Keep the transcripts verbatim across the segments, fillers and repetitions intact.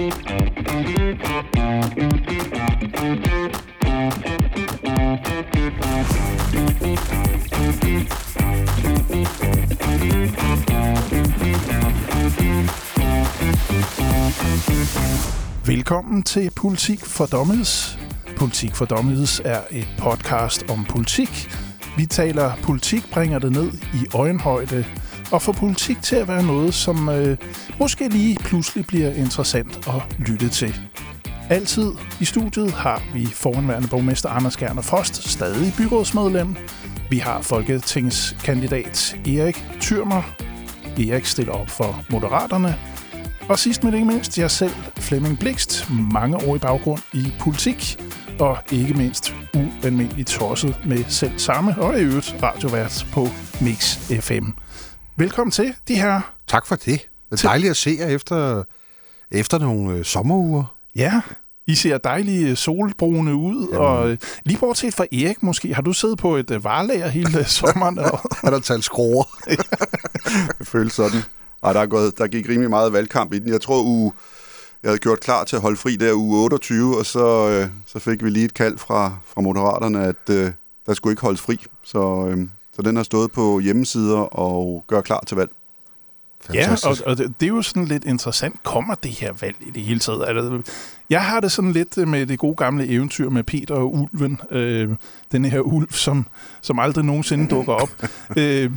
Velkommen til Politik for Dummies. Politik for Dummies er et podcast om politik. Vi taler politik, bringer det ned i øjenhøjde, og får politik til at være noget, som øh, måske lige pludselig bliver interessant at lytte til. Altid i studiet har vi forhenværende borgmester Anders Gerner Frost, stadig byrådsmedlem. Vi har folketingskandidat Erik Thürmer. Erik stiller op for Moderaterne. Og sidst men ikke mindst, jeg selv, Flemming Blixt, mange år i baggrund i politik, og ikke mindst ualmindeligt tosset med selv samme, og i øvrigt radiovært på Mix F M. Velkommen til, de her. Tak for det. Det er dejligt at se jer efter, efter nogle øh, sommeruger. Ja, I ser dejlige solbrune ud, jamen. Og lige bortset fra Erik måske, har du siddet på et øh, varelager hele sommeren? Har der talt skruer? Det føles sådan. Ej, der, er gået, der gik rimelig meget valgkamp i den. Jeg tror, uge, jeg havde gjort klar til at holde fri der uge otteogtyve, og så, øh, så fik vi lige et kald fra, fra Moderaterne, at øh, der skulle ikke holdes fri. Så, øh, så den har stået på hjemmesider og gør klar til valg. Fantastisk. Ja, og, og det, det er jo sådan lidt interessant. Kommer det her valg i det hele taget? Altså, jeg har det sådan lidt med det gode gamle eventyr med Peter og Ulven. Øh, den her ulv, som, som aldrig nogensinde dukker op. øh,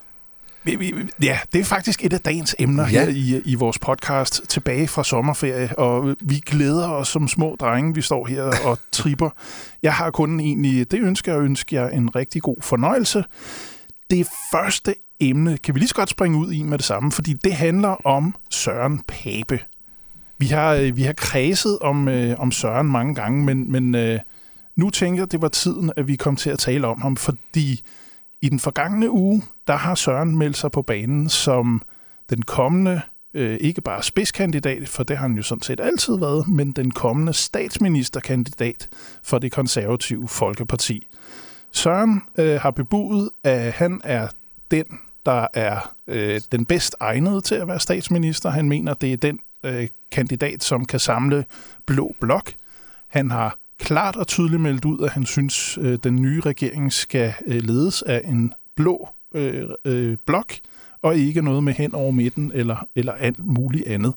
Ja, det er faktisk et af dagens emner ja. her i, i vores podcast tilbage fra sommerferie, og vi glæder os som små drenge, vi står her og tripper. Jeg har kun egentlig, det ønsker jeg, ønsker jeg en rigtig god fornøjelse. Det første emne kan vi lige så godt springe ud i med det samme, fordi det handler om Søren Pape. Vi har, vi har kredset om, øh, om Søren mange gange, men, men øh, nu tænker jeg, det var tiden, at vi kom til at tale om ham, fordi i den forgangne uge, der har Søren meldt sig på banen som den kommende, øh, ikke bare spidskandidat, for det har han jo sådan set altid været, men den kommende statsministerkandidat for Det Konservative Folkeparti. Søren øh, har bebudet, at han er den, der er øh, den bedst egnede til at være statsminister. Han mener, det er den øh, kandidat, som kan samle blå blok. Han har klart og tydeligt meldt ud, at han synes, at øh, den nye regering skal øh, ledes af en blå øh, øh, blok, og ikke noget med hen over midten eller, eller alt muligt andet.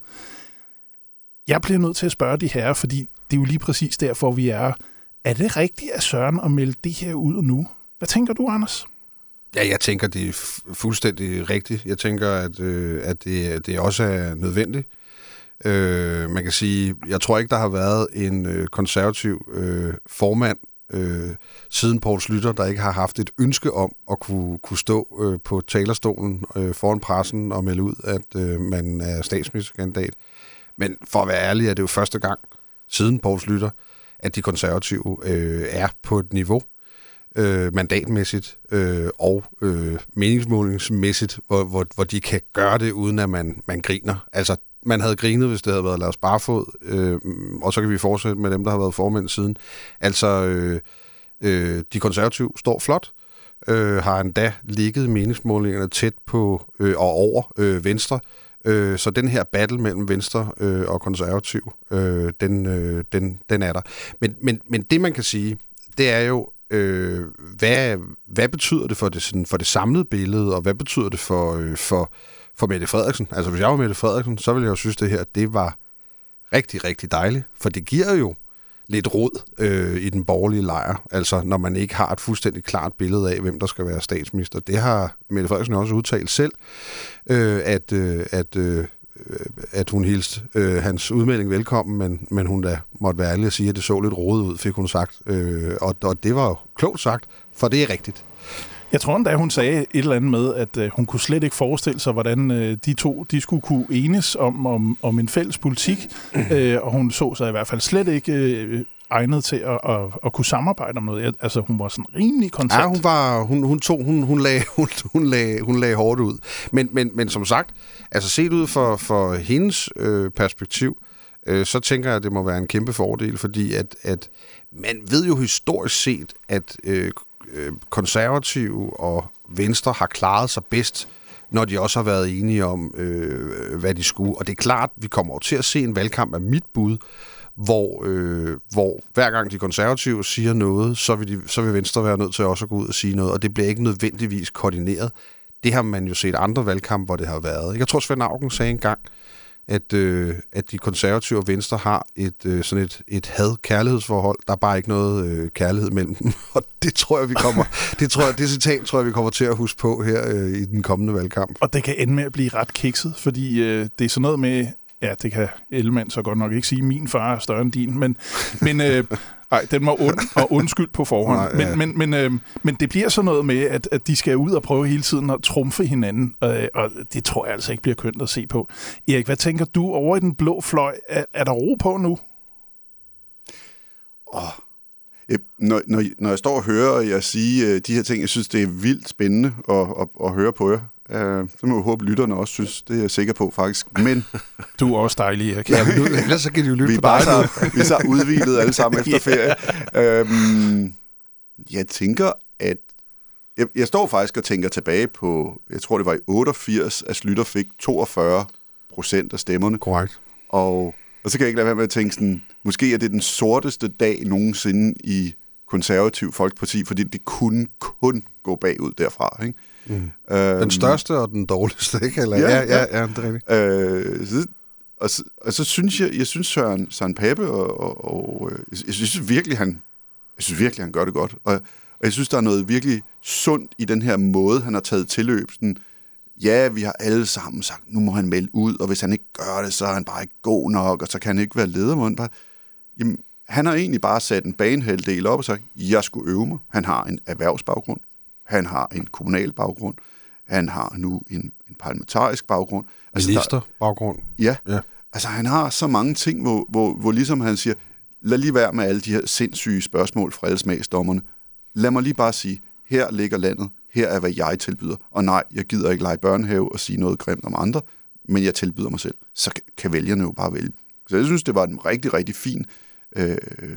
Jeg bliver nødt til at spørge de her, fordi det er jo lige præcis derfor, vi er. Er det rigtigt af Søren at melde det her ud nu? Hvad tænker du, Anders? Ja, jeg tænker, det er fuldstændig rigtigt. Jeg tænker, at, øh, at det, det også er nødvendigt. Øh, man kan sige, jeg tror ikke, der har været en øh, konservativ øh, formand øh, siden Poul Schlüter, der ikke har haft et ønske om at kunne, kunne stå øh, på talerstolen øh, foran pressen og melde ud, at øh, man er statsministerkandidat. Men for at være ærlig, er det jo første gang siden Poul Schlüter, at de konservative øh, er på et niveau øh, mandatmæssigt øh, og øh, meningsmålingsmæssigt, hvor, hvor, hvor de kan gøre det, uden at man, man griner. Altså, man havde grinet, hvis det havde været Lars Barfod, øh, og så kan vi fortsætte med dem, der har været formænd siden. Altså, øh, øh, de konservative står flot, øh, har endda ligget meningsmålingerne tæt på øh, og over øh, Venstre, øh, så den her battle mellem Venstre øh, og konservativ, øh, den, øh, den, den er der. Men, men, men det, man kan sige, det er jo, øh, hvad, hvad betyder det for det, sådan, for det samlede billede, og hvad betyder det for... Øh, for For Mette Frederiksen. Altså, hvis jeg var Mette Frederiksen, så ville jeg jo synes, det her, det var rigtig, rigtig dejligt. For det giver jo lidt rod øh, i den borgerlige lejr. Altså, når man ikke har et fuldstændig klart billede af, hvem der skal være statsminister. Det har Mette Frederiksen også udtalt selv, øh, at, øh, at, øh, at hun hilste øh, hans udmelding velkommen, men, men hun da måtte være ærlig at sige, at det så lidt rodet ud, fik hun sagt. Øh, og, og det var jo klogt sagt, for det er rigtigt. Jeg tror endda, hun sagde et eller andet med, at øh, hun kunne slet ikke forestille sig, hvordan øh, de to de skulle kunne enes om, om, om en fælles politik, øh, og hun så sig i hvert fald slet ikke øh, egnet til at, at, at kunne samarbejde om noget. Altså, hun var sådan rimelig kontant. Ja, hun var, hun, hun tog, hun, hun, lagde, hun, hun, lagde, hun lagde hårdt ud. Men, men, men som sagt, altså set ud for, for hendes øh, perspektiv, øh, så tænker jeg, at det må være en kæmpe fordel, fordi at, at man ved jo historisk set, at øh, konservative og Venstre har klaret sig bedst, når de også har været enige om, øh, hvad de skulle. Og det er klart, vi kommer til at se en valgkamp af mit bud, hvor, øh, hvor hver gang de konservative siger noget, så vil, de, så vil Venstre være nødt til også at gå ud og sige noget, og det bliver ikke nødvendigvis koordineret. Det har man jo set andre valgkampe, hvor det har været. Jeg tror, Svend Auken sagde engang, at, øh, at de konservative og Venstre har et, øh, sådan et, et had-kærlighedsforhold. Der er bare ikke noget øh, kærlighed mellem dem, og det tror jeg, vi kommer, det, tror jeg, det citat tror jeg, vi kommer til at huske på her øh, i den kommende valgkamp. Og det kan ende med at blive ret kikset, fordi øh, det er sådan noget med, ja, det kan Ellemann så godt nok ikke sige, min far er større end din, men, men øh, ej, den var ond og undskyld på forhånd. Nej, ja. Men, men, men, øh, men det bliver sådan noget med, at, at de skal ud og prøve hele tiden at trumfe hinanden, øh, og det tror jeg altså ikke bliver kønt at se på. Erik, hvad tænker du over i den blå fløj? Er, er der ro på nu? Oh. Når, når, når jeg står og hører jer sige de her ting, jeg synes, det er vildt spændende at, at, at høre på jer. Uh, så må jeg håbe, lytterne også synes. Det er jeg sikker på, faktisk. Men du er også dejlig, Erik. Ja, men ellers så kan de jo lytte vi på dig. Så, vi er så udhvilet alle sammen efter ferie. Um, jeg tænker, at... Jeg, jeg står faktisk og tænker tilbage på... Jeg tror, det var i otteogfirs, at Schlüter fik toogfyrre procent af stemmerne. Korrekt. Og, og så kan jeg ikke lade være med at tænke sådan... Måske er det den sorteste dag nogensinde i Konservativ Folkeparti, fordi det kunne kun gå bagud derfra, ikke? Mm. Øhm, den største og den dårligste, ikke? Eller, ja, ja, ja, ja, ja, det er rigtigt. Øh, så, og, så, og så synes jeg, jeg synes Søren, Søren Pape, og, og, og jeg synes virkelig, han, jeg synes virkelig, han gør det godt. Og, og jeg synes, der er noget virkelig sundt i den her måde, han har taget tilløb. Sådan, ja, vi har alle sammen sagt, nu må han melde ud, og hvis han ikke gør det, så er han bare ikke god nok, og så kan han ikke være leder. Bare, jamen, han har egentlig bare sat en banehalvdel op og sagt, jeg skulle øve mig. Han har en erhvervsbaggrund. Han har en kommunal baggrund. Han har nu en, en parlamentarisk baggrund. Altså, ministerbaggrund. Ja, ja, altså han har så mange ting, hvor, hvor, hvor ligesom han siger, lad lige være med alle de her sindssyge spørgsmål fra alle smagsdommerne. Lad mig lige bare sige, her ligger landet, her er, hvad jeg tilbyder. Og nej, jeg gider ikke lege børnehave og sige noget grimt om andre, men jeg tilbyder mig selv. Så kan vælgerne jo bare vælge. Så jeg synes, det var en rigtig, rigtig fin øh,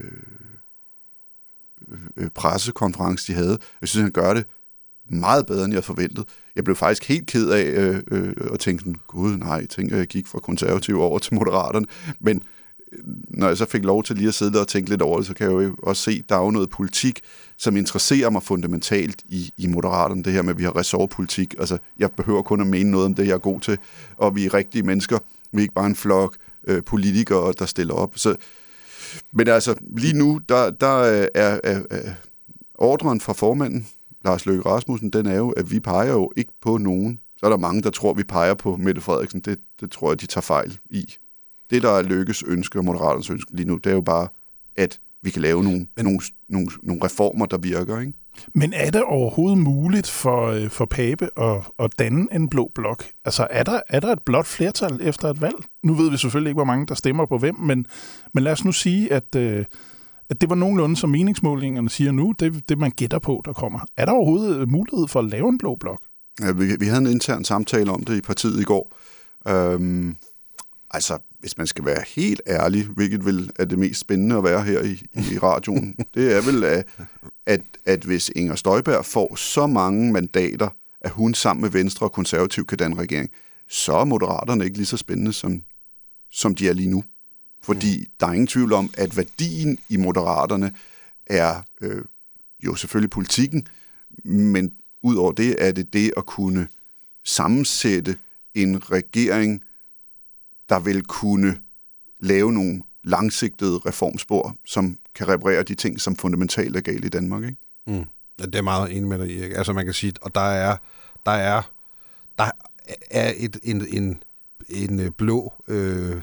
øh, pressekonference, de havde. Jeg synes, han gør det meget bedre, end jeg forventede. Jeg blev faktisk helt ked af øh, øh, at tænke sådan, gud nej, jeg tænker, jeg gik fra konservative over til Moderaterne. Men når jeg så fik lov til lige at sidde der og tænke lidt over det, så kan jeg jo også se, at der er jo noget politik, som interesserer mig fundamentalt i, i Moderaterne. Det her med, at vi har ressortpolitik. Altså, jeg behøver kun at mene noget om det, jeg er god til. Og vi er rigtige mennesker. Vi er ikke bare en flok øh, politikere, der stiller op. Så, men altså, lige nu, der, der er, er, er ordren fra formanden, Lars Løkke Rasmussen, den er jo, at vi peger jo ikke på nogen. Så er der mange, der tror, vi peger på Mette Frederiksen. Det, det tror jeg, de tager fejl i. Det, der er Løkkes ønske og Moderaternes ønske lige nu, det er jo bare, at vi kan lave nogle, Men, nogle, nogle, nogle reformer, der virker, ikke? Men er det overhovedet muligt for, for Pape at, at danne en blå blok? Altså, er der, er der et blåt flertal efter et valg? Nu ved vi selvfølgelig ikke, hvor mange der stemmer på hvem, men, men lad os nu sige, at, at det var nogenlunde, som meningsmålingerne siger nu, det, det man gætter på, der kommer. Er der overhovedet mulighed for at lave en blå blok? Ja, vi, vi havde en intern samtale om det i partiet i går. Øhm, altså, hvis man skal være helt ærlig, hvilket vel er det mest spændende at være her i, i radioen, det er vel, at, at, at hvis Inger Støjberg får så mange mandater, at hun sammen med Venstre og Konservativ kan danne regering, så er Moderaterne ikke lige så spændende, som, som de er lige nu. Fordi mm. der er ingen tvivl om, at værdien i Moderaterne er øh, jo selvfølgelig politikken, men ud over det er det det at kunne sammensætte en regering, der vil kunne lave nogle langsigtede reformspor, som kan reparere de ting, som fundamentalt er galt i Danmark, ikke? Mm. Det er meget enig med dig, Erik. Altså man kan sige, og der er der er der er et en en en blå øh,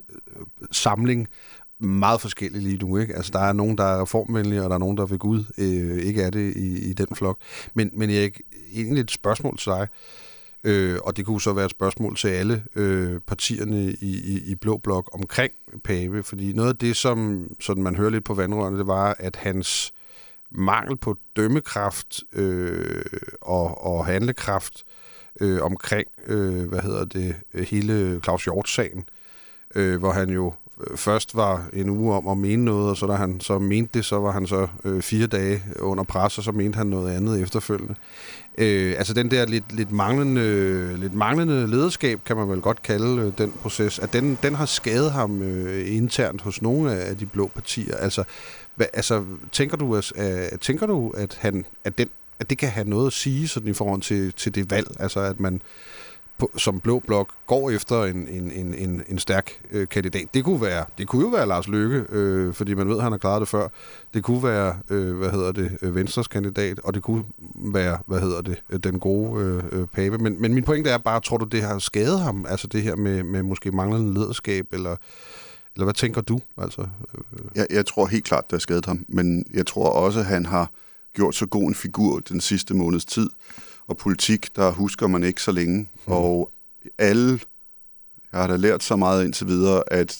samling meget forskellige lige nu, ikke? Altså der er nogen, der er reformvenlige, og der er nogen, der ved Gud øh, ikke er det i, i den flok. Men men Erik, egentlig et spørgsmål til dig. Øh, og det kunne så være et spørgsmål til alle øh, partierne i, i, i Blå Blok omkring Pape, fordi noget af det, som sådan man hører lidt på vandrørene, det var, at hans mangel på dømmekraft øh, og, og handlekraft øh, omkring, øh, hvad hedder det, hele Claus Hjort-sagen, øh, hvor han jo først var en uge om at mene noget, og så da han så mente det, så var han så øh, fire dage under pres, og så mente han noget andet efterfølgende. Øh, altså den der lidt, lidt, manglende, lidt manglende lederskab, kan man vel godt kalde øh, den proces, at den, den har skadet ham øh, internt hos nogle af de blå partier. Altså, hvad, altså tænker du, at, at, tænker du at, han, at, den, at det kan have noget at sige sådan i forhold til, til det valg? Altså at man på, som blå blok går efter en, en, en, en, en stærk øh, kandidat. Det kunne være, det kunne jo være Lars Løkke, øh, fordi man ved, at han har klaret det før. Det kunne være, øh, hvad hedder det, Venstres kandidat, og det kunne være, hvad hedder det, den gode øh, Pape. Men, men min pointe er bare, tror du, det har skadet ham? Altså det her med, med måske manglende lederskab, eller, eller hvad tænker du? Altså, øh. jeg, jeg tror helt klart, det har skadet ham, men jeg tror også, at han har gjort så god en figur den sidste måneds tid, og politik, der husker man ikke så længe. Mm. Og alle, jeg har da lært så meget indtil videre, at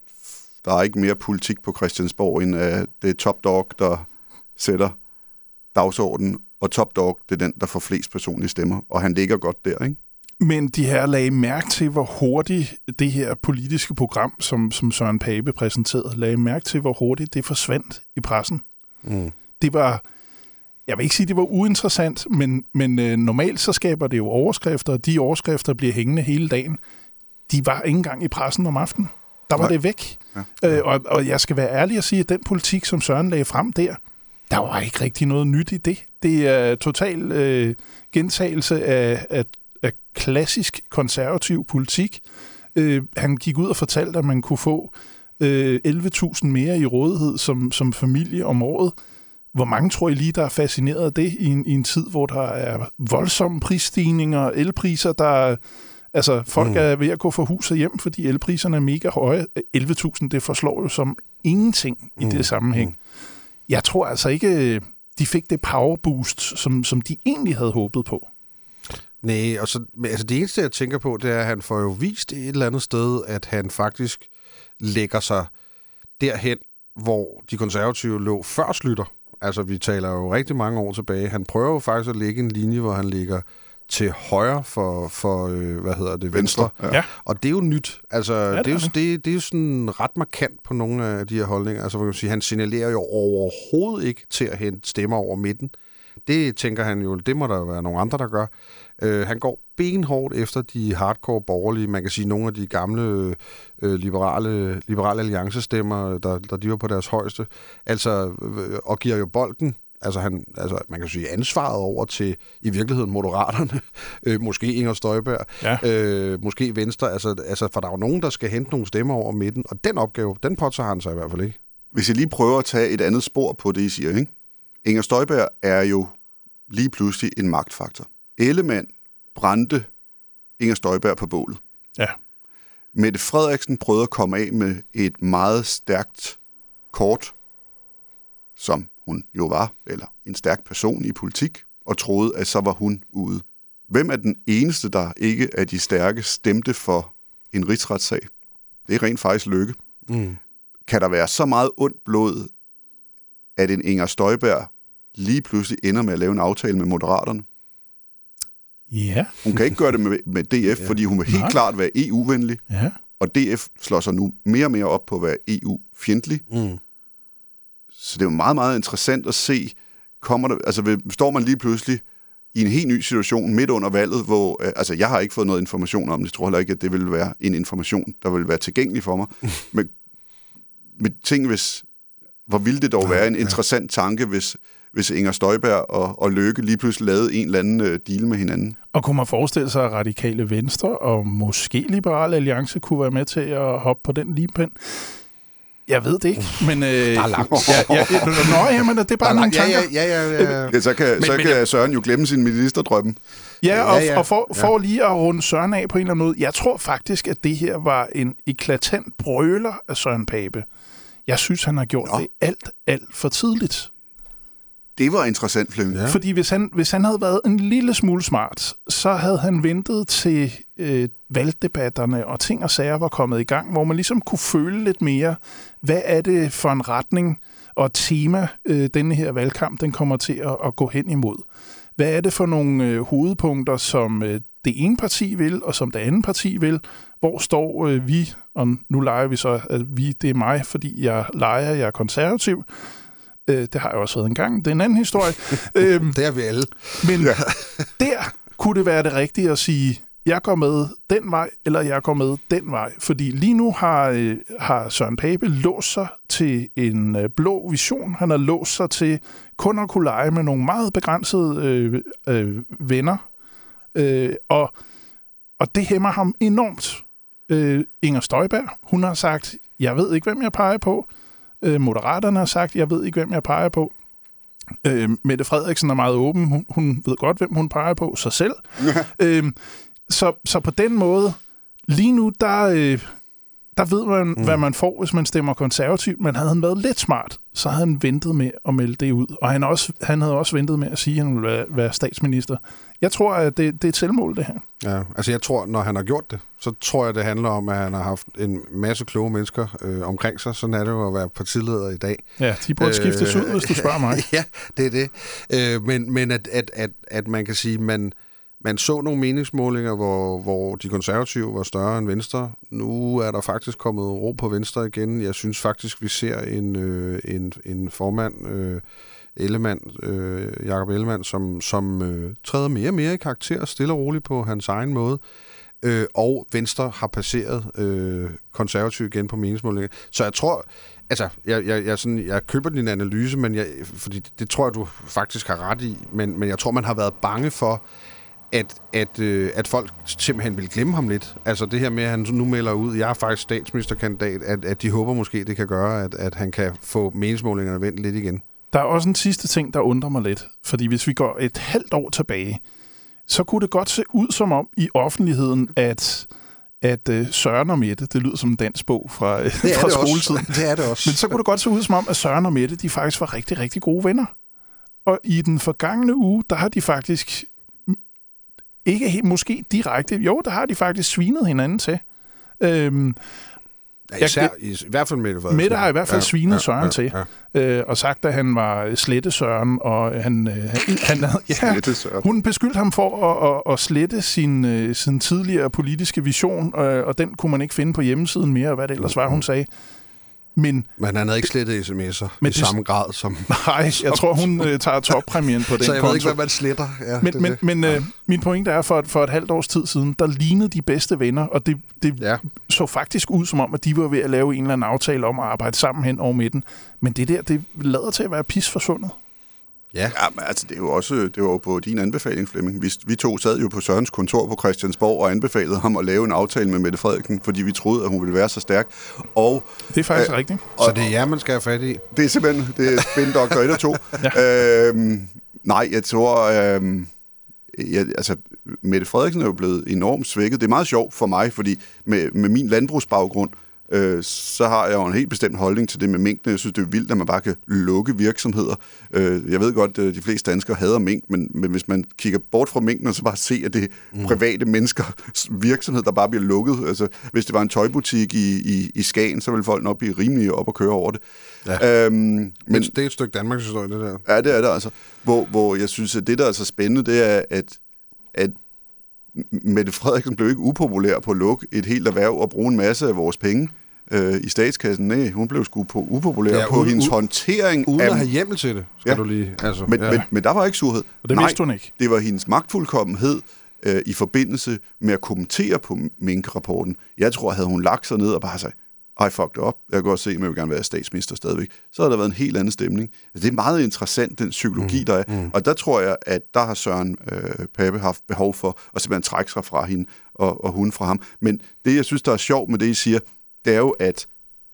der er ikke mere politik på Christiansborg, end at det er Top Dog, der sætter dagsordenen, og Top Dog, det er den, der får flest personlige stemmer, og han ligger godt der, ikke? Men de her lagde mærke til, hvor hurtigt det her politiske program, som, som Søren Pape præsenterede, lagde mærke til, hvor hurtigt det forsvandt i pressen. Mm. Det var... Jeg vil ikke sige, at det var uinteressant, men, men øh, normalt så skaber det jo overskrifter, og de overskrifter bliver hængende hele dagen. De var ikke engang i pressen om aftenen. Der var Nej. det væk. Ja. Øh, og, og jeg skal være ærlig og sige, at den politik, som Søren lagde frem der, der var ikke rigtig noget nyt i det. Det er total øh, gentagelse af, af, af klassisk konservativ politik. Øh, han gik ud og fortalte, at man kunne få øh, elleve tusind mere i rådighed som, som familie om året. Hvor mange tror I lige, der er fascineret af det i en, i en tid, hvor der er voldsomme prisstigninger, elpriser, der altså folk mm. er ved at gå fra hus og hjem, fordi elpriserne er mega høje. elleve tusind, det forslår jo som ingenting i mm. det sammenhæng. Mm. Jeg tror altså ikke, de fik det powerboost, som, som de egentlig havde håbet på. Nej, og så, altså det eneste, jeg tænker på, det er, at han får jo vist et eller andet sted, at han faktisk lægger sig derhen, hvor de konservative lå før Slytter. Altså, vi taler jo rigtig mange år tilbage. Han prøver jo faktisk at lægge en linje, hvor han ligger til højre for, for øh, hvad hedder det, venstre. Ja. Og det er jo nyt. Altså, ja, det, det, er jo, det, det er jo sådan ret markant på nogle af de her holdninger. Altså, hvor kan man sige, han signalerer jo overhovedet ikke til at hente stemmer over midten. Det tænker han jo, det må der være nogle andre, der gør. Øh, han går benhårdt efter de hardcore borgerlige, man kan sige nogle af de gamle øh, liberale, liberale alliancestemmer, der, der de var på deres højeste. Altså, øh, og giver jo bolden, altså, han, altså man kan sige ansvaret over til i virkeligheden Moderaterne, øh, måske Inger Støjberg, ja. øh, måske Venstre, altså, altså, for der er jo nogen, der skal hente nogle stemmer over midten, og den opgave, den påtager han sig i hvert fald ikke. Hvis jeg lige prøver at tage et andet spor på det, I siger, ikke? Inger Støjberg er jo lige pludselig en magtfaktor. Ellemann brændte Inger Støjberg på bålet. Ja. Mette Frederiksen prøvede at komme af med et meget stærkt kort, som hun jo var, eller en stærk person i politik, og troede, at så var hun ude. Hvem er den eneste, der ikke af de stærke stemte for en rigsretssag? Det er rent faktisk Løkke. Mm. Kan der være så meget ondt blod, at en Inger Støjberg lige pludselig ender med at lave en aftale med Moderaterne? Ja. Hun kan ikke gøre det med, med D F, ja. Fordi hun vil helt Nej. klart være E U-venlig. Ja. Og D F slår sig nu mere og mere op på at være E U-fjendtlig. Mm. Så det er jo meget, meget interessant at se, kommer der, altså står man lige pludselig i en helt ny situation midt under valget, hvor, altså jeg har ikke fået noget information om det, jeg tror heller ikke, at det vil være en information, der vil være tilgængelig for mig. Men, men tænk, hvis, hvor ville det dog være en interessant tanke, hvis hvis Inger Støjberg og, og Løkke lige pludselig lavede en eller anden uh, deal med hinanden. Og kunne man forestille sig, at Radikale Venstre og måske Liberal Alliance kunne være med til at hoppe på den ligepind? Jeg ved det ikke, men... Øh, der er langt. Ja, ja, nå, jamen, det er bare nogle tanker. Ja, ja, ja, ja, ja. Så kan, men, så men, kan Søren jo glemme sin ministerdrømme. Ja, og, ja, ja. og for, for ja. lige at runde Søren af på en eller anden måde, jeg tror faktisk, at det her var en eklatant brøler af Søren Pape. Jeg synes, han har gjort ja. det alt, alt for tidligt. Det var interessant, Flemming. Ja. Fordi hvis han, hvis han havde været en lille smule smart, så havde han ventet til øh, valgdebatterne og ting og sager var kommet i gang, hvor man ligesom kunne føle lidt mere, hvad er det for en retning og tema, øh, denne her valgkamp, den kommer til at, at gå hen imod. Hvad er det for nogle øh, hovedpunkter, som øh, det ene parti vil, og som det andet parti vil. Hvor står øh, vi, og nu leger vi så, at vi, det er mig, fordi jeg leger, jeg er konservativ. Øh, det har jeg også været en gang, det er en anden historie. øhm, det er vi alle. Men ja. Der kunne det være det rigtige at sige, jeg går med den vej, eller jeg går med den vej. Fordi lige nu har, øh, har Søren Pape låst sig til en øh, blå vision. Han har låst sig til kun at kunne lege med nogle meget begrænsede øh, øh, venner. Øh, og, og det hæmmer ham enormt. Øh, Inger Støjberg, hun har sagt, jeg ved ikke, hvem jeg peger på. Øh, Moderaterne har sagt, jeg ved ikke, hvem jeg peger på. Øh, Mette Frederiksen er meget åben. Hun, hun ved godt, hvem hun peger på. Sig selv. øh, så, så på den måde, lige nu, der, øh, der ved man, mm. hvad man får, hvis man stemmer konservativt. Men havde han været lidt smart, så havde han ventet med at melde det ud. Og han, også, han havde også ventet med at sige, at han ville være, være statsminister. Jeg tror, at det, det er et selvmål, det her. Ja, altså jeg tror, når han har gjort det, så tror jeg, det handler om, at han har haft en masse kloge mennesker øh, omkring sig. Sådan er det jo at være partileder i dag. Ja, de burde skiftes øh, ud, hvis du spørger mig. Ja, det er det. Øh, men men at, at, at, at man kan sige, man man så nogle meningsmålinger, hvor, hvor de konservative var større end Venstre. Nu er der faktisk kommet ro på Venstre igen. Jeg synes faktisk, vi ser en, øh, en, en formand, øh, Ellemann, øh, Jakob Ellemann, som, som øh, træder mere og mere i karakter, stille og roligt på hans egen måde. Øh, og Venstre har passeret øh, konservativ igen på meningsmålinger. Så jeg tror, altså, jeg, jeg, jeg, sådan, jeg køber din analyse, men jeg, fordi det, det tror jeg, du faktisk har ret i, men, men jeg tror, man har været bange for, at, at, øh, at folk simpelthen vil glemme ham lidt. Altså det her med, at han nu melder ud, jeg er faktisk statsministerkandidat, at, at de håber måske, det kan gøre, at, at han kan få meningsmålingerne vendt lidt igen. Der er også en sidste ting, der undrer mig lidt. Fordi hvis vi går et halvt år tilbage, så kunne det godt se ud som om i offentligheden, at, at uh, Søren og Mette, det lyder som en dansk bog fra, uh, fra skoletiden. Det er det også. Men så kunne det godt se ud som om, at Søren og Mette, de faktisk var rigtig, rigtig gode venner. Og i den forgangne uge, der har de faktisk, ikke helt, måske direkte, jo, der har de faktisk svinet hinanden til. Øhm, Ja, især, i, i hvert fald Mette Frederiksen. Mette har i hvert fald ja, svinet ja, Søren ja, til, ja. Øh, og sagt, at han var slette Søren, og han, øh, han, han ja, hun beskyldte ham for at, at, at slette sin, øh, sin tidligere politiske vision, øh, og den kunne man ikke finde på hjemmesiden mere, og hvad det ellers var, hun sagde. Men, men han havde ikke slettet sms'er i det, samme grad som... Nej, jeg tror, hun øh, tager toppræmien på den. Så jeg konto. Ved ikke, hvad man sletter. Ja, men men, men øh, min pointe er, for, for et halvt års tid siden, der lignede de bedste venner, og det, det ja. så faktisk ud som om, at de var ved at lave en eller anden aftale om at arbejde sammen hen over midten. Men det der, det lader til at være pis forsvundet. Ja, ja men altså, det er jo også det var jo på din anbefaling, Flemming. Vi, vi to sad jo på Sørens kontor på Christiansborg og anbefalede ham at lave en aftale med Mette Frederiksen, fordi vi troede, at hun ville være så stærk. Og, det er faktisk øh, rigtigt. Så det er jer, man skal have fat i? Det er simpelthen, det er spindoktor et og to. ja. øhm, nej, jeg tror, øhm, jeg, altså, Mette Frederiksen er jo blevet enormt svækket. Det er meget sjovt for mig, fordi med, med min landbrugsbaggrund, øh, så har jeg jo en helt bestemt holdning til det med minkene. Jeg synes, det er vildt, at man bare kan lukke virksomheder. Øh, jeg ved godt, at de fleste danskere hader mink, men, men hvis man kigger bort fra minkene, så bare se, at det er mm. private mennesker virksomhed, der bare bliver lukket. Altså, hvis det var en tøjbutik i, i, i Skagen, så ville folk nok blive rimelig op og køre over det. Ja. Øhm, men det er et stykke Danmarks historie, det der. Ja, det er det altså. Hvor, hvor jeg synes, at det, der er så spændende, det er, at, at Mette Frederiksen blev ikke upopulær på at lukke et helt erhverv og bruge en masse af vores penge øh, i statskassen. Nej, hun blev sgu på upopulær ja, på uden, hendes håndtering. Uden af, at have hjemmel til det, skal ja, du lige... Altså, men, ja. men, men der var ikke surhed. Og det vidste hun ikke. Det var hendes magtfuldkommenhed øh, i forbindelse med at kommentere på Mink-rapporten. Jeg tror, havde hun lagt sig ned og bare sagt, I fucked up, jeg kan godt se, at jeg vil gerne være statsminister stadigvæk, så har der været en helt anden stemning. Altså, det er meget interessant, den psykologi, mm, der er. Mm. Og der tror jeg, at der har Søren øh, Pape haft behov for at simpelthen trække sig fra hende og, og hun fra ham. Men det, jeg synes, der er sjovt med det, I siger, det er jo, at,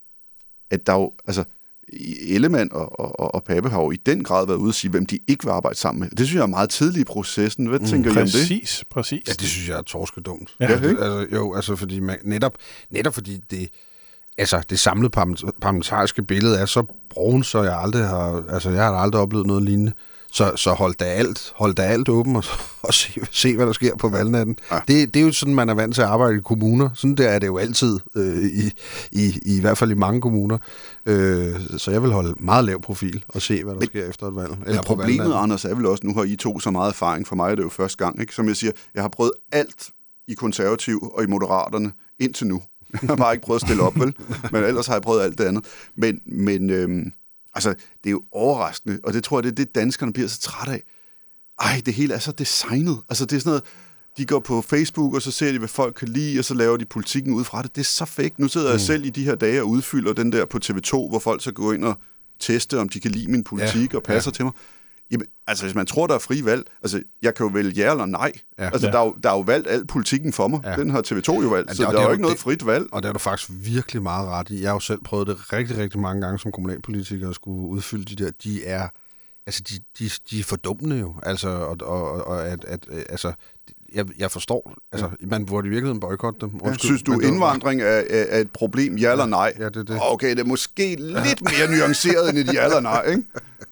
at der jo, altså, Ellemann og, og, og Pape har jo i den grad været ude at sige, hvem de ikke vil arbejde sammen med. Det synes jeg er meget tidligt i processen. Hvad mm, tænker I om det? Præcis, præcis. Ja, det synes jeg er torskedumt. Ja. Ja, altså, jo, altså, fordi man, netop, netop fordi det... Altså, det samlede parlamentariske billede er så brun, så jeg aldrig har, altså, jeg har aldrig oplevet noget lignende. Så, så hold da alt, hold da alt åben og, og se, se, hvad der sker på valgnatten. Ja. Det, det er jo sådan, man er vant til at arbejde i kommuner. Sådan der er det jo altid, øh, i, i, i hvert fald i mange kommuner. Øh, så jeg vil holde meget lav profil og se, hvad der men, sker efter et valg. Eller problemet, Anders, er vel også, nu har I to så meget erfaring. For mig er det jo første gang. Ikke? Som jeg siger, jeg har prøvet alt i Konservativ og i Moderaterne indtil nu. Jeg har bare ikke prøvet at stille op, vel? Men ellers har jeg prøvet alt det andet. Men, men øhm, altså, det er jo overraskende, og det tror jeg, det er det, danskerne bliver så træt af. Ej, det hele er så designet. Altså, det er sådan noget, de går på Facebook, og så ser de, hvad folk kan lide, og så laver de politikken ud fra det. Det er så fake. Nu sidder mm. jeg selv i de her dage og udfylder den der på T V to, hvor folk så går ind og teste, om de kan lide min politik ja, og passer ja. til mig. Jamen, altså, hvis man tror, der er fri valg, altså, jeg kan jo vælge ja eller nej. Ja. Altså, ja. Der, er jo, der er jo valgt al politikken for mig. Ja. Den har T V to jo valgt, ja, så der, der er jo ikke noget det, frit valg. Og det er du faktisk virkelig meget ret i. Jeg har jo selv prøvet det rigtig, rigtig mange gange som kommunalpolitiker at skulle udfylde de der. De er, altså, de, de, de er fordummende jo. Altså, og, og, og at, at, altså, jeg, jeg forstår, altså, ja. man burde i virkeligheden boykotte dem. Ja, synes du, indvandring er, er et problem, ja eller nej? Ja, det er det. Okay, det er måske lidt mere nuanceret end et ja eller nej, ikke?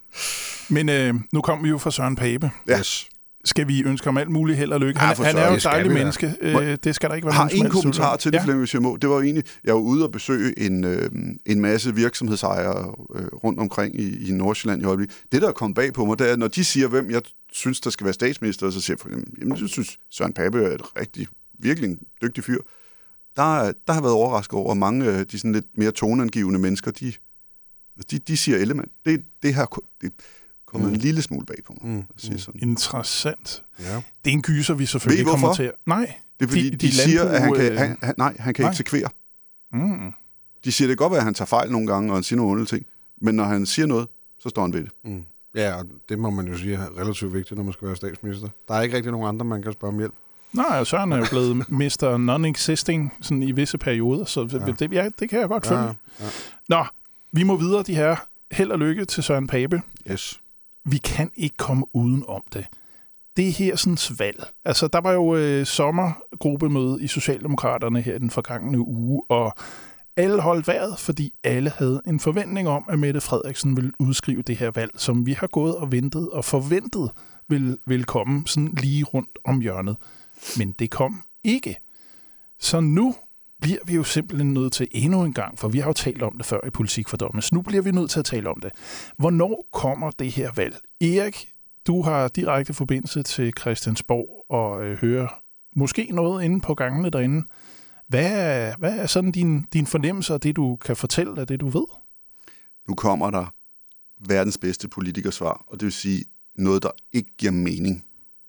Men øh, nu kommer vi jo fra Søren Pape. Ja. Skal vi ønske ham alt muligt held og lykke? Han, ja, han er jo et dejligt menneske. Øh, det skal der ikke være nogen som helst. Har en kommentar til det, ja. Flemming, hvis jeg må. Det var jo egentlig, jeg var ude og besøge en, øh, en masse virksomhedsejere øh, rundt omkring i, i Nordsjælland i øjeblikket. Det, der er kommet bag på mig, det er, når de siger, hvem jeg synes, der skal være statsminister, så siger jeg for eksempel, jamen, jeg synes, Søren Pape er et rigtig, virkelig en dygtig fyr. Der, der har været overrasket over, at mange af de sådan lidt mere toneangivende mennesker, de, de, de siger element. Det, det her... Det, kommet mm. en lille smule bag på mig. Mm. Sige sådan. Interessant. Ja. Det er en gyser, vi selvfølgelig kommer til. Nej. Det er fordi, de, de, de siger, at han kan, han, han, nej, han kan nej. eksekvere. Mm. De siger, det kan godt være, at han tager fejl nogle gange, og han siger nogle underlige ting. Men når han siger noget, så står han ved det. Mm. Ja, og det må man jo sige er relativt vigtigt, når man skal være statsminister. Der er ikke rigtig nogen andre, man kan spørge om hjælp. Nej, og Søren er jo blevet mister non-existing sådan i visse perioder, så ja. Det, ja, det kan jeg godt følge. Ja, ja. Nå, vi må videre de her. Held og lykke til Søren Pape. Yes. Vi kan ikke komme uden om det. Det er her sådan valg. Altså, der var jo øh, sommergruppemøde i Socialdemokraterne her den forgangne uge, og alle holdt vejret, fordi alle havde en forventning om, at Mette Frederiksen ville udskrive det her valg, som vi har gået og ventet og forventet vil, vil komme sådan lige rundt om hjørnet. Men det kom ikke. Så nu bliver vi jo simpelthen nødt til endnu en gang, for vi har jo talt om det før i Politik for Dummies. Nu bliver vi nødt til at tale om det. Hvornår kommer det her valg? Erik, du har direkte forbindelse til Christiansborg og øh, hører måske noget inde på gangene derinde. Hvad er, hvad er sådan din, din fornemmelse af det, du kan fortælle af det, du ved? Nu kommer der verdens bedste politikersvar, og det vil sige noget, der ikke giver mening.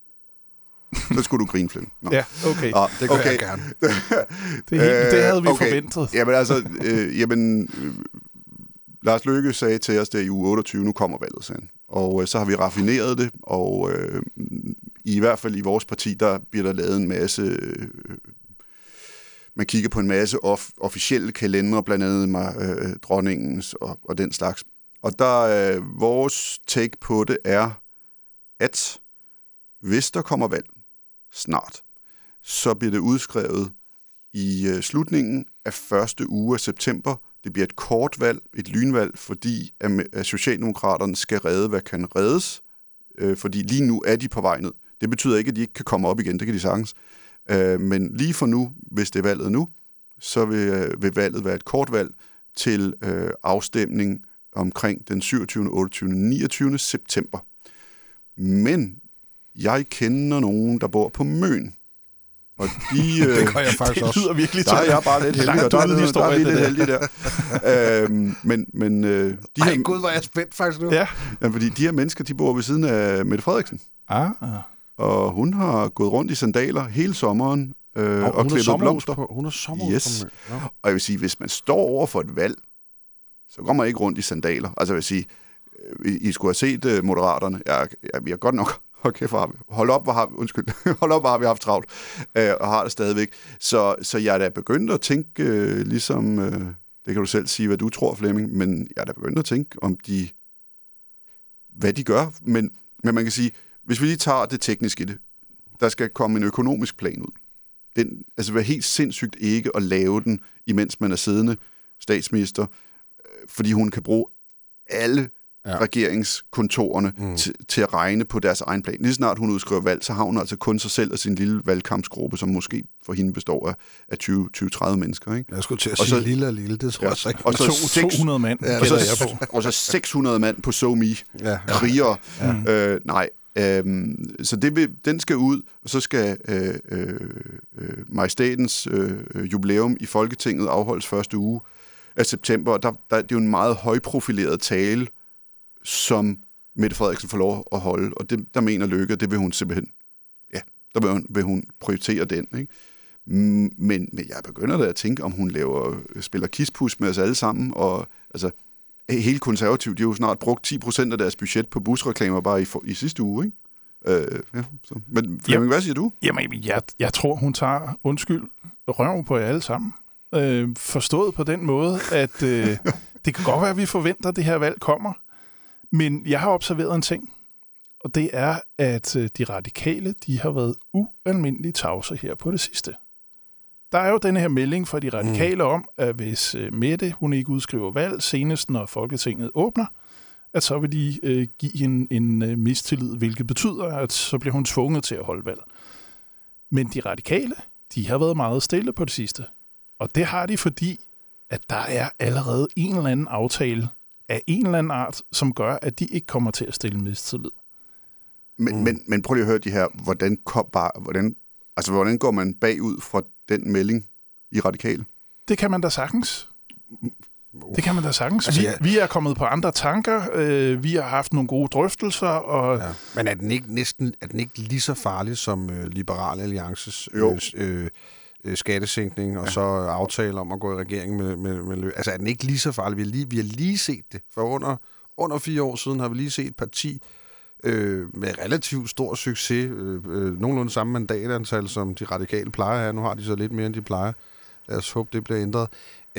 Så skulle du grine, Flemming. Ja, okay. Ah, det gør okay. jeg gerne. det, helt, det havde vi okay. forventet. Jamen altså, øh, jamen, øh, Lars Løkke sagde til os der i uge otteogtyve, nu kommer valget, sagde han. Og øh, så har vi raffineret det, og øh, i hvert fald i vores parti, der bliver der lavet en masse... Øh, man kigger på en masse off- officielle kalendere, blandt andet med øh, dronningens og, og den slags. Og der øh, vores take på det er, at hvis der kommer valg snart, så bliver det udskrevet i øh, slutningen af første uge af september. Det bliver et kort valg, et lynvalg, fordi at, at Socialdemokraterne skal redde, hvad kan reddes. Øh, fordi lige nu er de på vej ned. Det betyder ikke, at de ikke kan komme op igen, det kan de sagtens. Øh, men lige for nu, hvis det er valget nu, så vil, øh, vil valget være et kort valg til øh, afstemning omkring den syvogtyvende, otteogtyvende, niogtyvende september. Men jeg kender nogen, der bor på Møn. Og de, øh, det gør jeg faktisk det også. lyder virkelig der er jeg bare lidt heldig, og der er, der, der er vi lidt heldige der. øhm, men men øh, de Ej, her, gud, hvor er jeg spændt faktisk nu. Ja. Ja, fordi de her mennesker, de bor ved siden af Mette Frederiksen. Ah. Og hun har gået rundt i sandaler hele sommeren øh, og, og klippet blomster. På, hun har sommerhus yes. på ja. Og jeg vil sige, hvis man står over for et valg, så går man ikke rundt i sandaler. Altså jeg vil sige, I, I skulle have set uh, Moderaterne. Jeg, jeg, jeg er godt nok... Okay, for hold op, hvor har vi, undskyld, hold op, hvor har vi haft travlt, øh, og har det stadigvæk. Så, så jeg er da begyndt at tænke, øh, ligesom, øh, det kan du selv sige, hvad du tror, Flemming, men jeg er da begyndt at tænke, om de, hvad de gør. Men, men man kan sige, hvis vi lige tager det tekniske i det, der skal komme en økonomisk plan ud. Den, altså, det er helt sindssygt ikke at lave den, imens man er siddende statsminister, øh, fordi hun kan bruge alle ja. regeringskontorerne mm. t- til at regne på deres egen plan. Lige snart hun udskriver valg, så har hun altså kun sig selv og sin lille valgkampsgruppe, som måske for hende består af, af tyve til tredive mennesker. Ikke? Jeg skulle til at og sige så, lille og lille, det tror ja, jeg ikke. Og så to hundrede mand. Ja, og, så, og så seks hundrede mand på SoMe. Ja. Krigere. Ja. Øh, nej. Øhm, så det vil, den skal ud, og så skal øh, øh, majestætens øh, jubilæum i Folketinget afholdes første uge af september. Der, der, det er jo en meget højprofileret tale, som Mette Frederiksen får lov at holde, og det, der mener Løkke, det vil hun simpelthen, ja, der vil hun, vil hun prioritere den, ikke? Men, men jeg begynder da at tænke, om hun laver, spiller kispus med os alle sammen, og altså, hele konservativt, de har jo snart brugt ti procent af deres budget på busreklamer bare i, for, i sidste uge, ikke? Øh, ja, så. Men Flemming, hvad siger du? Jamen, jeg, jeg tror, hun tager undskyld røv på jer alle sammen. Øh, forstået på den måde, at øh, det kan godt være, at vi forventer, at det her valg kommer, men jeg har observeret en ting, og det er, at øh, de radikale, de har været ualmindeligt tavse her på det sidste. Der er jo den her melding fra de radikale mm. om, at hvis øh, Mette, hun ikke udskriver valg, senest når Folketinget åbner, at så vil de øh, give en, en øh, mistillid, hvilket betyder, at så bliver hun tvunget til at holde valg. Men de radikale, de har været meget stille på det sidste. Og det har de, fordi at der er allerede en eller anden aftale af en eller anden art, som gør, at de ikke kommer til at stille mistillid. Men, mm. men, men prøv lige at høre de her, hvordan, kom bare, hvordan, altså, hvordan går man bagud fra den melding i radikale? Det kan man da sagtens. Det kan man da sagtens. Altså, ja. vi, vi er kommet på andre tanker, øh, vi har haft nogle gode drøftelser. Og ja. Men er den ikke næsten er den ikke lige så farlig som øh, Liberal Alliances øh, øh, skattesænkning og ja. så aftaler om at gå i regering med, med, med løb? Altså er den ikke lige så farlig? Vi har lige, vi har lige set det. For under, under fire år siden har vi lige set et parti øh, med relativt stor succes, øh, øh, nogenlunde samme mandatantal, som de radikale plejer her. Nu har de så lidt mere, end de plejer. Lad os håbe, det bliver ændret.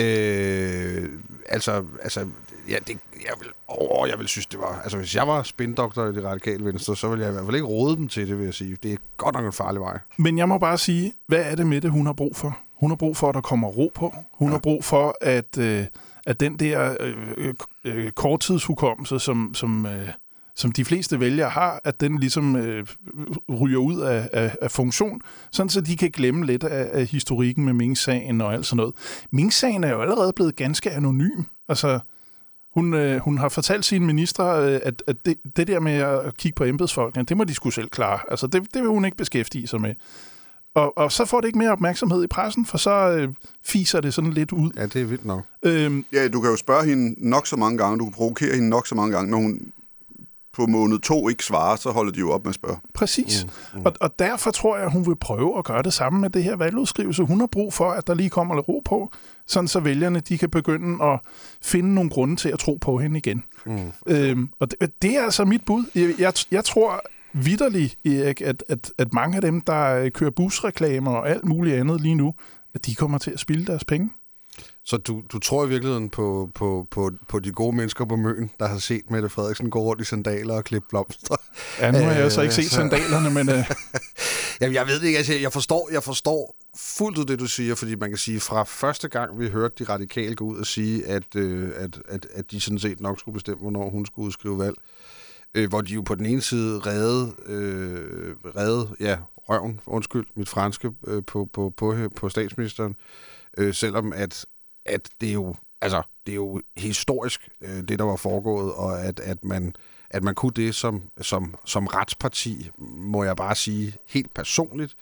Øh, altså, altså ja, det, jeg vil, åh, jeg vil synes, det var... Altså, hvis jeg var spindoktor i det radikale venstre, så ville jeg i hvert fald ikke råde dem til det, vil jeg sige. Det er godt nok en farlig vej. Men jeg må bare sige, hvad er det med det, hun har brug for? Hun har brug for, at der kommer ro på. Hun ja. har brug for, at, øh, at den der øh, øh, korttidshukommelse, som... som øh, som de fleste vælgere har, at den ligesom øh, ryger ud af, af, af funktion, sådan så de kan glemme lidt af, af historikken med Mink-sagen og alt sådan noget. Mink-sagen er jo allerede blevet ganske anonym. Altså, hun, øh, hun har fortalt sine ministre, øh, at, at det, det der med at kigge på embedsfolkene, det må de skulle selv klare. Altså, det, det vil hun ikke beskæftige sig med. Og, og så får det ikke mere opmærksomhed i pressen, for så øh, fiser det sådan lidt ud. Ja, det er vildt nok. Øhm, ja, du kan jo spørge hende nok så mange gange, du kan provokere hende nok så mange gange, når hun på måned to ikke svarer, så holder de jo op med at spørge. Præcis. Mm, mm. Og, og derfor tror jeg, at hun vil prøve at gøre det samme med det her valgudskrivelse. Hun har brug for, at der lige kommer lidt ro på, sådan så vælgerne de kan begynde at finde nogle grunde til at tro på hende igen. Mm. Øhm, og det, det er altså mit bud. Jeg, jeg, jeg tror vitterligt, Erik, at, at, at mange af dem, der kører busreklamer og alt muligt andet lige nu, at de kommer til at spilde deres penge. Så du, du tror i virkeligheden på, på, på, på de gode mennesker på Møn, der har set Mette Frederiksen gå rundt i sandaler og klippe blomster? Ja, nu har jeg jo så ikke set sandalerne, men... Uh... Jamen, jeg ved ikke, altså, jeg forstår, jeg forstår fuldt ud det, du siger, fordi man kan sige, fra første gang, vi hørte de radikale gå ud og sige, at, øh, at, at, at de sådan set nok skulle bestemme, hvornår hun skulle udskrive valg, øh, hvor de jo på den ene side redde, øh, redde ja, røven, undskyld, mit franske, øh, på, på, på, på statsministeren, øh, selvom at at det er jo, altså, det er jo historisk, øh, det der var foregået, og at, at, man, at man kunne det som, som, som retsparti, må jeg bare sige, helt personligt,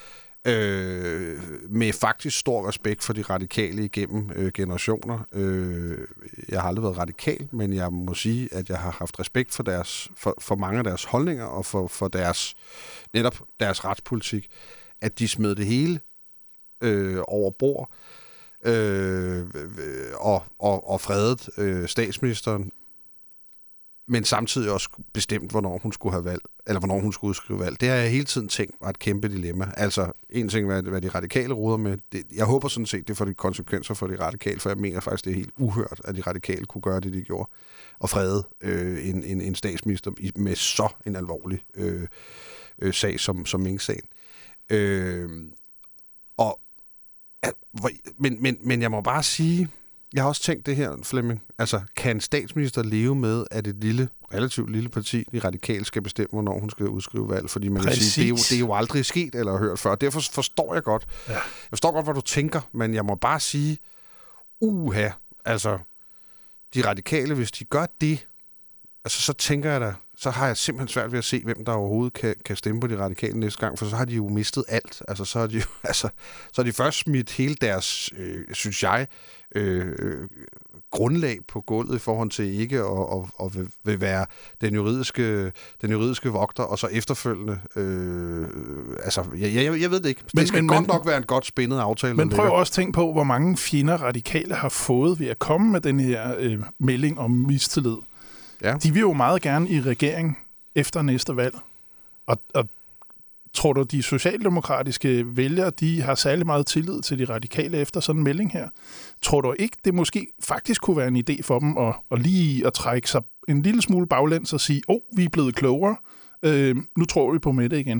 øh, med faktisk stor respekt for de radikale igennem øh, generationer. Øh, jeg har aldrig været radikal, men jeg må sige, at jeg har haft respekt for, deres, for, for mange af deres holdninger, og for, for deres, netop deres retspolitik, at de smed det hele øh, over bord, Øh, og, og, og fredet øh, statsministeren, men samtidig også bestemt, hvornår hun skulle have valg, eller hvornår hun skulle udskrive valg. Det har jeg hele tiden tænkt var et kæmpe dilemma. Altså, en ting hvad, hvad de radikale ruder med. Det, jeg håber sådan set, det får de konsekvenser for de radikale, for jeg mener faktisk, det er helt uhørt, at de radikale kunne gøre det, de gjorde, og frede øh, en, en, en statsminister med så en alvorlig øh, øh, sag som, som Mink-sagen. Øh, og Men, men, men jeg må bare sige, jeg har også tænkt det her, Flemming. Altså, kan en statsminister leve med, at et lille, relativt lille parti, de radikale, skal bestemme, hvornår hun skal udskrive valg? Fordi man Præcis. kan sige, det er, jo, det er jo aldrig sket eller hørt før. Derfor forstår jeg godt. Ja. Jeg forstår godt, hvad du tænker, men jeg må bare sige, uha, altså, de radikale, hvis de gør det, altså, så tænker jeg da, så har jeg simpelthen svært ved at se, hvem der overhovedet kan, kan stemme på de radikale næste gang, for så har de jo mistet alt. Altså, så har de jo, altså, så har de først smidt hele deres, øh, synes jeg, øh, øh, grundlag på gulvet i forhold til ikke at og, og vil, vil være den juridiske, den juridiske vogter, og så efterfølgende, øh, altså, jeg, jeg, jeg ved det ikke. Det men, skal men, godt men, nok være en godt spændet aftale. Men prøv også at tænke på, hvor mange fjender radikale har fået ved at komme med den her øh, melding om mistillid. Ja. De vil jo meget gerne i regering efter næste valg. Og, og tror du, de socialdemokratiske vælgere, de har særlig meget tillid til de radikale efter sådan en melding her? Tror du ikke, det måske faktisk kunne være en idé for dem at, at lige at trække sig en lille smule baglæns og sige, åh, oh, vi er blevet klogere, øh, nu tror vi på Mette igen?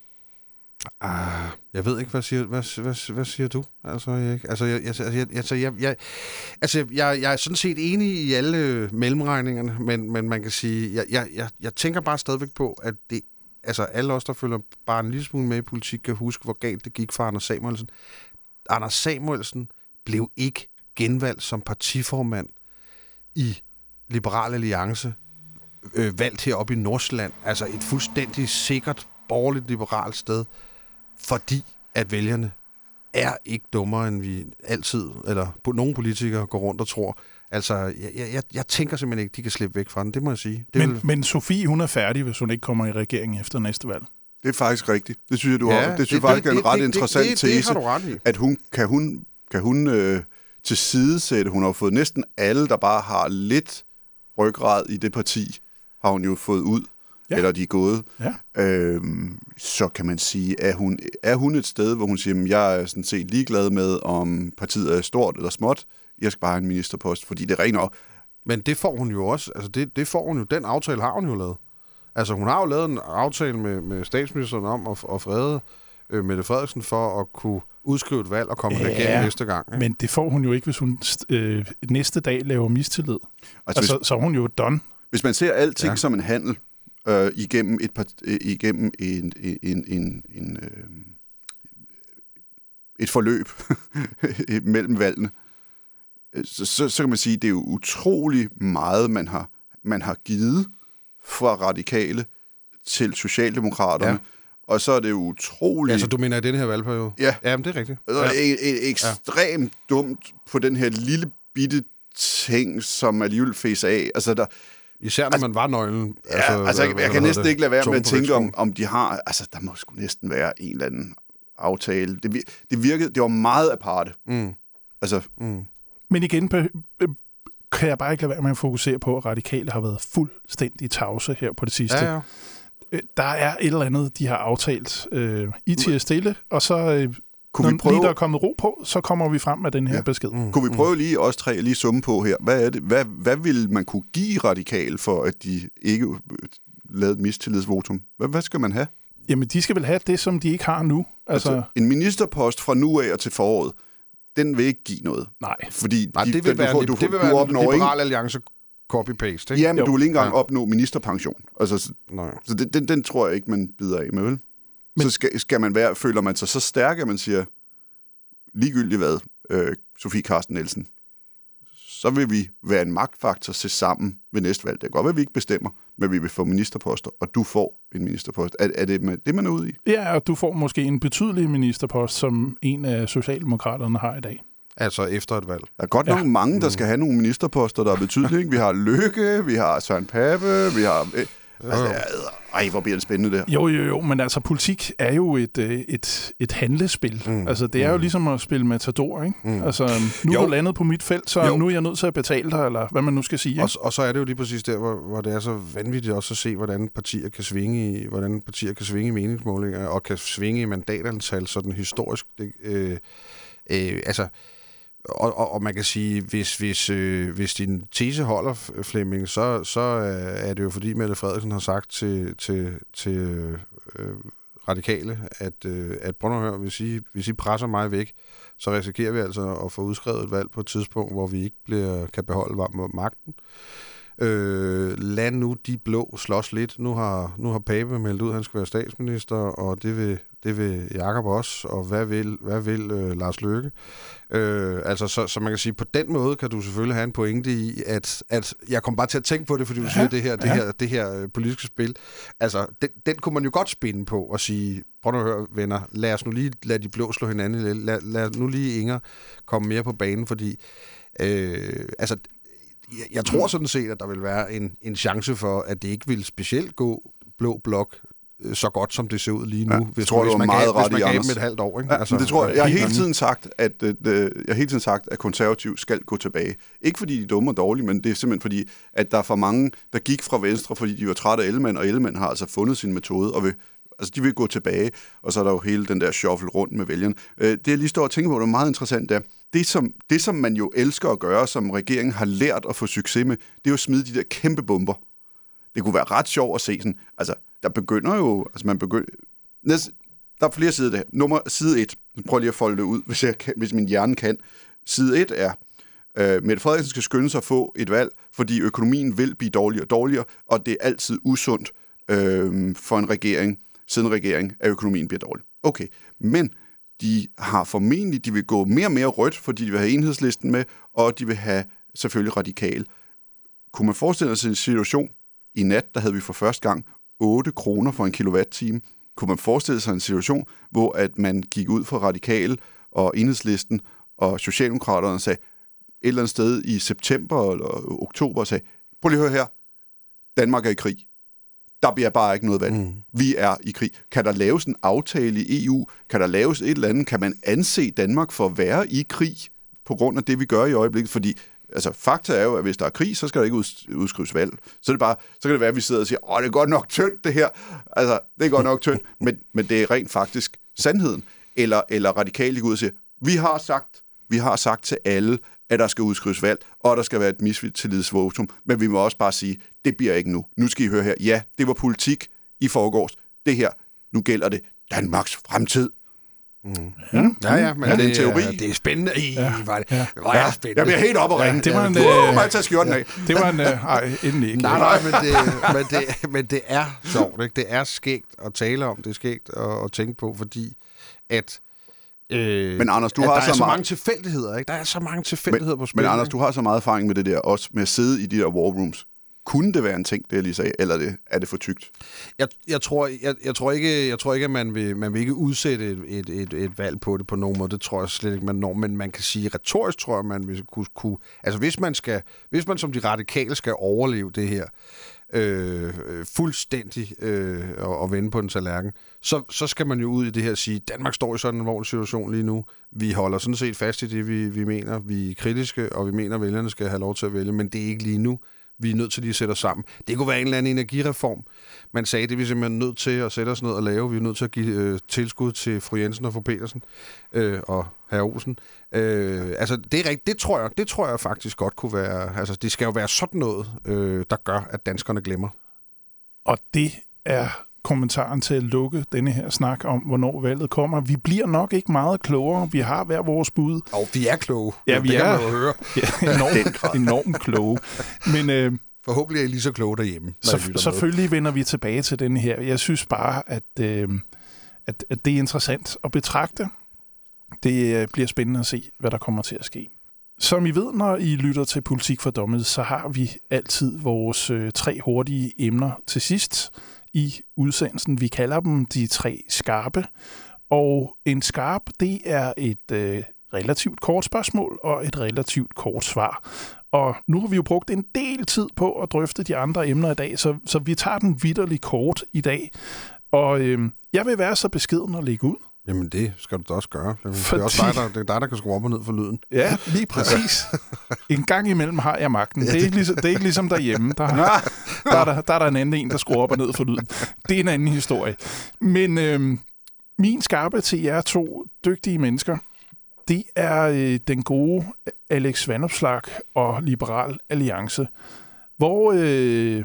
Ah, jeg ved ikke, hvad siger, hvad, hvad, hvad siger du? Altså, jeg, altså, jeg, altså, jeg, altså, jeg, jeg, altså jeg, jeg er sådan set enig i alle mellemregningerne, men, men man kan sige, jeg, jeg, jeg, jeg tænker bare stadigvæk på, at det, altså alle os, der følger bare en lille smule med i politik, kan huske, hvor galt det gik for Anders Samuelsen. Anders Samuelsen blev ikke genvalgt som partiformand i Liberal Alliance, øh, valgt heroppe i Nordsjælland, altså et fuldstændig sikkert borgerligt liberalt sted, fordi at vælgerne er ikke dummere, end vi altid, eller nogle politikere går rundt og tror. Altså, jeg, jeg, jeg tænker simpelthen ikke, de kan slippe væk fra den, det må jeg sige. Det men, vil... men Sofie, hun er færdig, hvis hun ikke kommer i regeringen efter næste valg. Det er faktisk rigtigt. Det synes jeg, du ja, har. Det synes jeg faktisk er en ret det, interessant det, det, tese, det, det tese, at hun kan hun, kan hun øh, til sidesætte. Hun har fået næsten alle, der bare har lidt ryggrad i det parti, har hun jo fået ud. Ja. Eller de er gået, ja. øhm, så kan man sige, at hun, er hun et sted, hvor hun siger, at jeg er sådan set ligeglad med, om partiet er stort eller småt, jeg skal bare have en ministerpost, fordi det regner. Men det får hun jo også, altså det, det får hun jo, den aftale har hun jo lavet. Altså hun har jo lavet en aftale med, med statsministeren om at, at frede øh, Mette Frederiksen for at kunne udskrive et valg og komme ja, igen næste gang. Ikke? Men det får hun jo ikke, hvis hun øh, næste dag laver mistillid. Altså, altså hvis, så er hun jo done. Hvis man ser alting ja. som en handel, Øh, igennem et part, øh, igennem en, en, en, en øh, et forløb mellem valgene, så, så, så kan man sige, at det er jo utrolig meget, man har, man har givet fra radikale til socialdemokraterne, ja. Og så er det jo utroligt... Altså, du mener i den her valgperiode? Ja. Jamen, det er rigtigt. Ja. Et, et ekstremt ja. dumt på den her lille bitte ting, som alligevel fæser af. Altså, der... Især når altså, man var nøglen. Ja, altså, altså jeg, jeg kan næsten det? ikke lade være med at tænke, om, om de har... Altså, der må sgu næsten være en eller anden aftale. Det, det virkede... Det var meget aparte. Mm. Altså... Mm. Men igen, kan jeg bare ikke lade være med at fokusere på, at radikale har været fuldstændig tavse her på det sidste. Ja, ja. Der er et eller andet, de har aftalt øh, i tider stille, og så... Øh, Kunne vi prøve... lige der er kommet ro på, så kommer vi frem med den her ja. besked. Mm. Kunne vi prøve lige os tre lige summe på her? Hvad er det? Hvad, hvad vil man kunne give radikale for, at de ikke lavede mistillidsvotum? Hvad, hvad skal man have? Jamen, de skal vel have det, som de ikke har nu. Altså, altså en ministerpost fra nu af og til foråret, den vil ikke give noget. Nej. Fordi Nej, de, det vil du være, får, det, du, det vil du være opnår en liberal alliance copy-paste, ikke? Ja, men jo. du vil ikke engang ja. opnå ministerpension. Altså, så så den, den, den tror jeg ikke, man bider af med, vel? Men, så skal, skal man være, føler man sig så stærk, at man siger... ligegyldigt hvad, øh, Sofie Carsten Nielsen, så vil vi være en magtfaktor til sammen ved næste valg. Det kan godt være, at vi ikke bestemmer, men vi vil få ministerposter, og du får en ministerpost. Er, er det det, man er ude i? Ja, og du får måske en betydelig ministerpost, som en af socialdemokraterne har i dag. Altså efter et valg. Der er godt nok ja. mange, der skal have nogle ministerposter, der er betydelige. Vi har Løkke, vi har Søren Pape, vi har... Øh, altså, ej, hvor bliver det spændende der. Jo, jo, jo, men altså politik er jo et, et, et handlespil. Mm. Altså det er jo ligesom at spille Matador, ikke? Mm. Altså nu er du landet på mit felt, så jo. nu er jeg nødt til at betale dig, eller hvad man nu skal sige. Og, og så er det jo lige præcis der, hvor, hvor det er så vanvittigt også at se, hvordan partier kan svinge i, hvordan partier kan svinge i meningsmålinger, og kan svinge i mandatantal, sådan historisk. Det, øh, øh, altså... Og, og, og man kan sige, hvis, hvis, øh, hvis din tese holder, Flemming, så, så er det jo fordi Mette Frederiksen har sagt til, til, til øh, radikale, at, øh, at prøv at høre, hvis I, hvis I presser mig væk, så risikerer vi altså at få udskrevet et valg på et tidspunkt, hvor vi ikke bliver, kan beholde magten. Øh, lad nu de blå slås lidt. Nu har, nu har Pape meldt ud, at han skal være statsminister, og det vil, det vil Jakob også, og hvad vil, hvad vil øh, Lars Løkke? Øh, altså, så, så man kan sige, på den måde kan du selvfølgelig have en pointe i, at, at jeg kom bare til at tænke på det, fordi du ja, siger, det her, det ja. her, det her øh, politiske spil, altså, den, den kunne man jo godt spinde på og sige, prøv at høre, venner, lad os nu lige lade de blå slå hinanden, lad, lad nu lige Inger komme mere på banen, fordi øh, altså, jeg, jeg tror sådan set, at der vil være en, en chance for, at det ikke vil specielt gå blå blok så godt, som det ser ud lige nu, ja, hvis, tror, hvis man meget gav, ret hvis man gav dem et halvt år. Ikke? Ja, altså, det tror jeg. Jeg har hele tiden sagt, at øh, jeg har hele tiden sagt, at konservativ skal gå tilbage. Ikke fordi de er dumme og dårlige, men det er simpelthen fordi, at der er for mange, der gik fra Venstre, fordi de var trætte af Ellemann, og Ellemann har altså fundet sin metode, og vil, altså, de vil gå tilbage, og så er der jo hele den der shuffle rundt med vælgerne. Øh, det jeg lige står og tænker på, det er meget interessant, der. Det som, det, som man jo elsker at gøre, som regeringen har lært at få succes med, det er jo at smide de der kæmpe bomber. Det kunne være ret sjovt at se sådan, altså, der begynder jo, altså man begynder, der er flere sider der. Nummer, side et, prøv lige at folde det ud, hvis, jeg kan, hvis min hjerne kan. Side et er, øh, Mette Frederiksen skal skynde sig at få et valg, fordi økonomien vil blive dårligere og dårligere, og det er altid usundt øh, for en regering, siden en regering, at økonomien bliver dårlig. Okay, men de har formentlig, de vil gå mere og mere rødt, fordi de vil have Enhedslisten med, og de vil have selvfølgelig radikal. Kunne man forestille sig en situation, i nat, der havde vi for første gang otte kroner for en kilowatt-time. Kunne man forestille sig en situation, hvor at man gik ud fra Radikale og Enhedslisten og Socialdemokraterne og sagde, et eller andet sted i september eller oktober, og sagde, prøv lige at høre her, Danmark er i krig. Der bliver bare ikke noget valg. Mm. Vi er i krig. Kan der laves en aftale i E U? Kan der laves et eller andet? Kan man anse Danmark for at være i krig på grund af det, vi gør i øjeblikket? Fordi altså, fakta er jo, at hvis der er krig, så skal der ikke udskrives valg. Så, er det bare, så kan det være, at vi sidder og siger, åh, det er godt nok tyndt, det her. Altså, det er godt nok tyndt, men, men det er rent faktisk sandheden. Eller, eller radikalt ud og siger, vi har sagt, vi har sagt til alle, at der skal udskrives valg, og der skal være et mistillidsvotum, men vi må også bare sige, det bliver ikke nu. Nu skal I høre her. Ja, det var politik i forgårs. Det her, nu gælder det Danmarks fremtid. Mm. Ja, ja, ja, men ja, det, det er en teori. Det er spændende. I, ja. Var det, ja. Var jeg spændende. Jeg bliver helt op og ringe. Ja, det var en... Uh, må jeg tage skjorten af. Det var en... Ej, endelig ikke. Nej, nej, men det, men, det, men det er sjovt, ikke? Det er skægt at tale om, det er skægt at, at tænke på, fordi at... Øh, men Anders, du har har der så, er så meget... mange tilfældigheder, ikke? Der er så mange tilfældigheder men, på spil. Men Anders, du har så meget erfaring med det der, også med at sidde i de der war rooms. Kunne det være en ting, det jeg lige sagde, eller er det, er det for tykt? Jeg, jeg, tror, jeg, jeg tror ikke, jeg tror ikke, at man vil, man vil ikke udsætte et, et, et, et valg på det på nogen måde. Det tror jeg slet ikke, man når. Men man kan sige, retorisk tror jeg, man vil kunne... kunne altså, hvis man, skal, hvis man som de radikale skal overleve det her øh, fuldstændig øh, og, og vende på en tallerken, så, så skal man jo ud i det her og sige, Danmark står i sådan en alvorlig situation lige nu. Vi holder sådan set fast i det, vi, vi mener. Vi er kritiske, og vi mener, at vælgerne skal have lov til at vælge, men det er ikke lige nu. Vi er nødt til lige at sætte os sammen. Det kunne være en eller anden energireform. Man sagde, det er vi simpelthen nødt til at sætte os ned og lave. Vi er nødt til at give øh, tilskud til fru Jensen og fru Petersen øh, og herr Olsen. Øh, altså, det er rigtigt. Det tror jeg, det tror jeg faktisk godt kunne være... Altså, det skal jo være sådan noget, øh, der gør, at danskerne glemmer. Og det er kommentaren til at lukke denne her snak om, hvornår valget kommer. Vi bliver nok ikke meget klogere. Vi har hver vores bud. Og vi er kloge. Ja, vi det er kan man jo høre. Ja, enormt, enormt kloge. Men øh, forhåbentlig er I lige så kloge derhjemme. Så, selvfølgelig vender vi tilbage til den her. Jeg synes bare, at, øh, at, at det er interessant at betragte. Det øh, bliver spændende at se, hvad der kommer til at ske. Som I ved, når I lytter til Politik for Dummies, så har vi altid vores øh, tre hurtige emner til sidst i udsendelsen. Vi kalder dem de tre skarpe. Og en skarp, det er et øh, relativt kort spørgsmål og et relativt kort svar. Og nu har vi jo brugt en del tid på at drøfte de andre emner i dag, så, så vi tager den vitterligt kort i dag. Og øh, jeg vil være så beskeden at lægge ud. Jamen det skal du da også gøre. Det er, Fordi... også dig, der, det er dig, der kan skrue op og ned for lyden. Ja, lige præcis. En gang imellem har jeg magten. Det er ikke ligesom, det er ikke ligesom derhjemme. Der, der, er der, der er der en anden en, der skruer op og ned for lyden. Det er en anden historie. Men øh, min skarpe til jer to dygtige mennesker, det er øh, den gode Alex Vanopslagh og Liberal Alliance. Hvor, øh,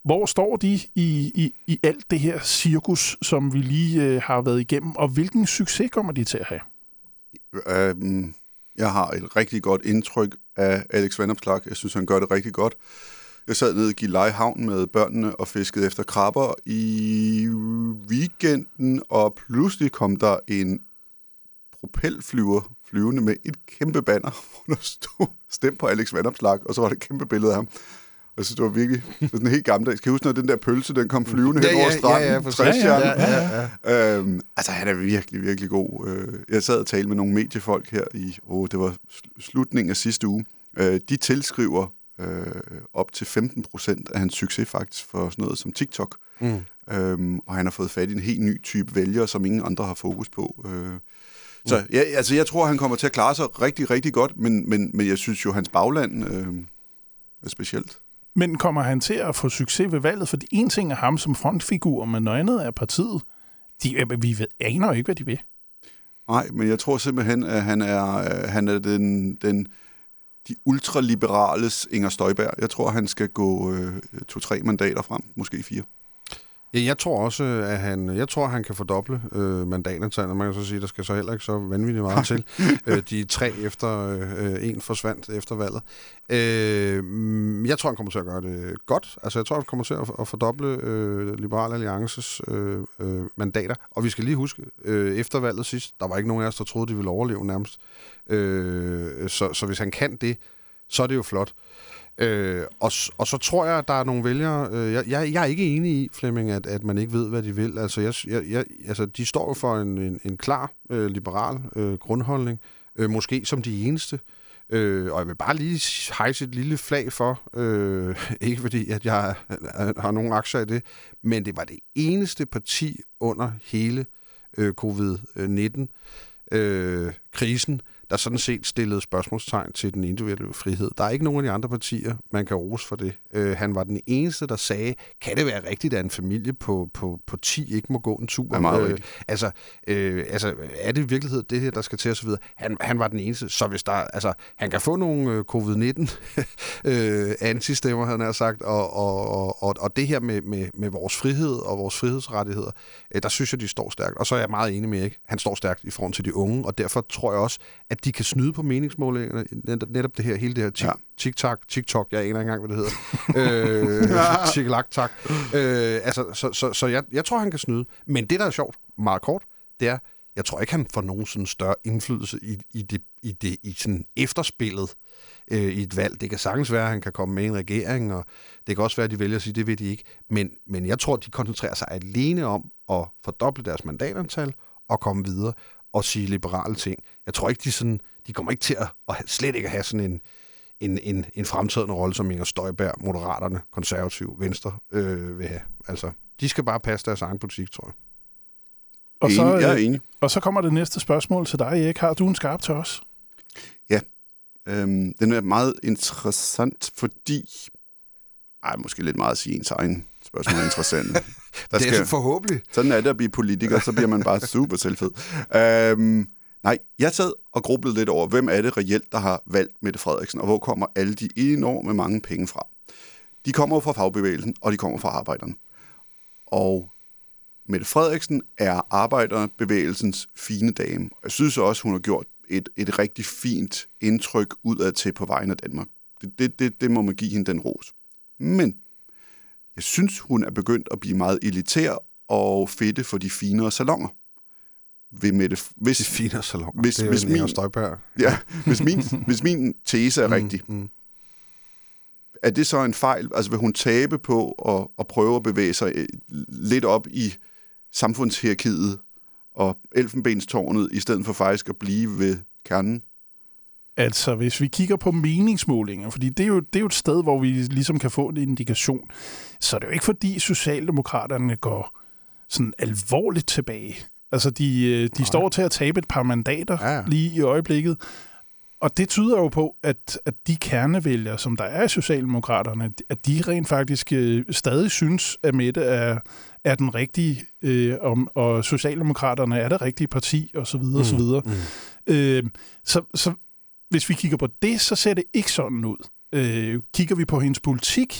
Hvor står de i, i, i alt det her cirkus, som vi lige øh, har været igennem, og hvilken succes kommer de til at have? Øhm, jeg har et rigtig godt indtryk af Alex Vanopslagh. Jeg synes, han gør det rigtig godt. Jeg sad nede i Gilleleje Havn med børnene og fiskede efter krabber i weekenden, og pludselig kom der en propelflyver flyvende med et kæmpe banner, hvor der stod stem på Alex Vanopslagh, og så var det et kæmpe billede af ham. Og så det var virkelig sådan helt gammeldags. Kan I huske, når den der pølse, den kom flyvende ja, hen over stranden? Ja, ja, ja, ja, ja, ja. Øhm, altså, han er virkelig, virkelig god. Jeg sad og talte med nogle mediefolk her i, åh, det var slutningen af sidste uge. De tilskriver øh, op til femten procent af hans succes faktisk for sådan noget som TikTok. Mm. Øhm, og han har fået fat i en helt ny type vælgere, som ingen andre har fokus på. Øh, så ja, altså, jeg tror, han kommer til at klare sig rigtig, rigtig godt, men, men, men jeg synes jo, hans bagland øh, er specielt. Men kommer han til at få succes ved valget? Fordi en ting er ham som frontfigur, men noget andet er partiet. De, vi ved, aner jo ikke, hvad de vil. Nej, men jeg tror simpelthen, at han er, han er den, den, de ultraliberales Inger Støjberg. Jeg tror, han skal gå øh, to-tre mandater frem, måske fire. Ja, jeg tror også, at han, jeg tror, han kan fordoble øh, mandatantallet. Man kan så sige, der skal så heller ikke så vanvittigt meget til. øh, de tre efter øh, en forsvandt efter valget. Øh, jeg tror, han kommer til at gøre det godt. Altså, jeg tror, han kommer til at, at fordoble øh, Liberal Alliances øh, øh, mandater. Og vi skal lige huske, øh, efter valget sidst, der var ikke nogen af os, der troede, de ville overleve nærmest. Øh, så, så hvis han kan det, så er det jo flot. Øh, og, og så tror jeg, at der er nogle vælgere... Øh, jeg, jeg, jeg er ikke enig i, Flemming, at, at man ikke ved, hvad de vil. Altså, jeg, jeg, jeg, altså de står jo for en, en, en klar øh, liberal øh, grundholdning. Øh, måske som de eneste. Øh, og jeg vil bare lige hejse et lille flag for, øh, ikke fordi at jeg har nogen aktier i det, men det var det eneste parti under hele øh, covid nitten øh, krisen, der sådan set stillede spørgsmålstegn til den individuelle frihed. Der er ikke nogen af de andre partier, man kan rose for det. Øh, han var den eneste, der sagde, kan det være rigtigt, at en familie på, på, på ti ikke må gå en tur? Er meget øh, altså, øh, altså, er det i virkelighed det her, der skal til osv.? Han, han var den eneste, så hvis der, altså, han kan få nogle øh, covid nitten øh, antistemmer, han har sagt, og, og, og, og det her med, med, med vores frihed og vores frihedsrettigheder, øh, der synes jeg, de står stærkt. Og så er jeg meget enig med, ikke? Han står stærkt i forhold til de unge, og derfor tror jeg også, at de kan snyde på meningsmålingerne, netop det her, hele det her tic, ja. TikTok, TikTok, jeg aner ikke engang, hvad det hedder. øh, Tikkelak, tak. Øh, altså, så så, så jeg, jeg tror, han kan snyde. Men det, der er sjovt, meget kort, det er, jeg tror ikke, han får nogen sådan større indflydelse i, i, det, i, det, i sådan efterspillet øh, i et valg. Det kan sagtens være, at han kan komme med i en regering, og det kan også være, at de vælger at sige, det ved de ikke. Men, men jeg tror, de koncentrerer sig alene om at fordoble deres mandatantal og komme videre og sige liberale ting. Jeg tror ikke, de, sådan, de kommer ikke til at, at slet ikke at have sådan en, en, en, en fremtrædende rolle, som Inger Støjberg, Moderaterne, Konservativ, Venstre øh, vil have. Altså, de skal bare passe deres egen politik, tror jeg. Og så, jeg er enig. Og så kommer det næste spørgsmål til dig, Erik. Har du en skarp til os? Ja. Øhm, den er meget interessant, fordi... Ej, måske lidt meget at sige ens egen spørgsmål er interessant. Der skal, det er så forhåbentlig. Sådan er det at blive politiker, så bliver man bare super selvfed. Øhm, nej, jeg sad og grublede lidt over, hvem er det reelt, der har valgt Mette Frederiksen, og hvor kommer alle de enorme mange penge fra? De kommer fra fagbevægelsen, og de kommer fra arbejderne. Og Mette Frederiksen er arbejderbevægelsens fine dame. Jeg synes også, hun har gjort et, et rigtig fint indtryk udad til på vegne af Danmark. Det, det, det, det må man give hende den ros. Men jeg synes, hun er begyndt at blive meget elitær og fedte for de finere salonger. Ved Mette, hvis, de finere salonger? Hvis, det er hvis jo min, Inger Støjberg. Ja, hvis min, hvis min tese er rigtig, mm, mm. er det så en fejl? Altså vil hun tabe på at, at prøve at bevæge sig lidt op i samfundshierarkiet og elfenbenstårnet, i stedet for faktisk at blive ved kernen? Altså, hvis vi kigger på meningsmålinger, fordi det er, jo, det er jo et sted, hvor vi ligesom kan få en indikation, så er det jo ikke fordi Socialdemokraterne går sådan alvorligt tilbage. Altså, de, de står til at tabe et par mandater ja, ja. lige i øjeblikket, og det tyder jo på, at, at de kernevælgere, som der er i Socialdemokraterne, at de rent faktisk øh, stadig synes, at Mette er, er den rigtige, øh, om, og Socialdemokraterne er det rigtige parti, og så videre, mm, så videre. Mm. Øh, så, så hvis vi kigger på det, så ser det ikke sådan ud. Øh, kigger vi på hendes politik,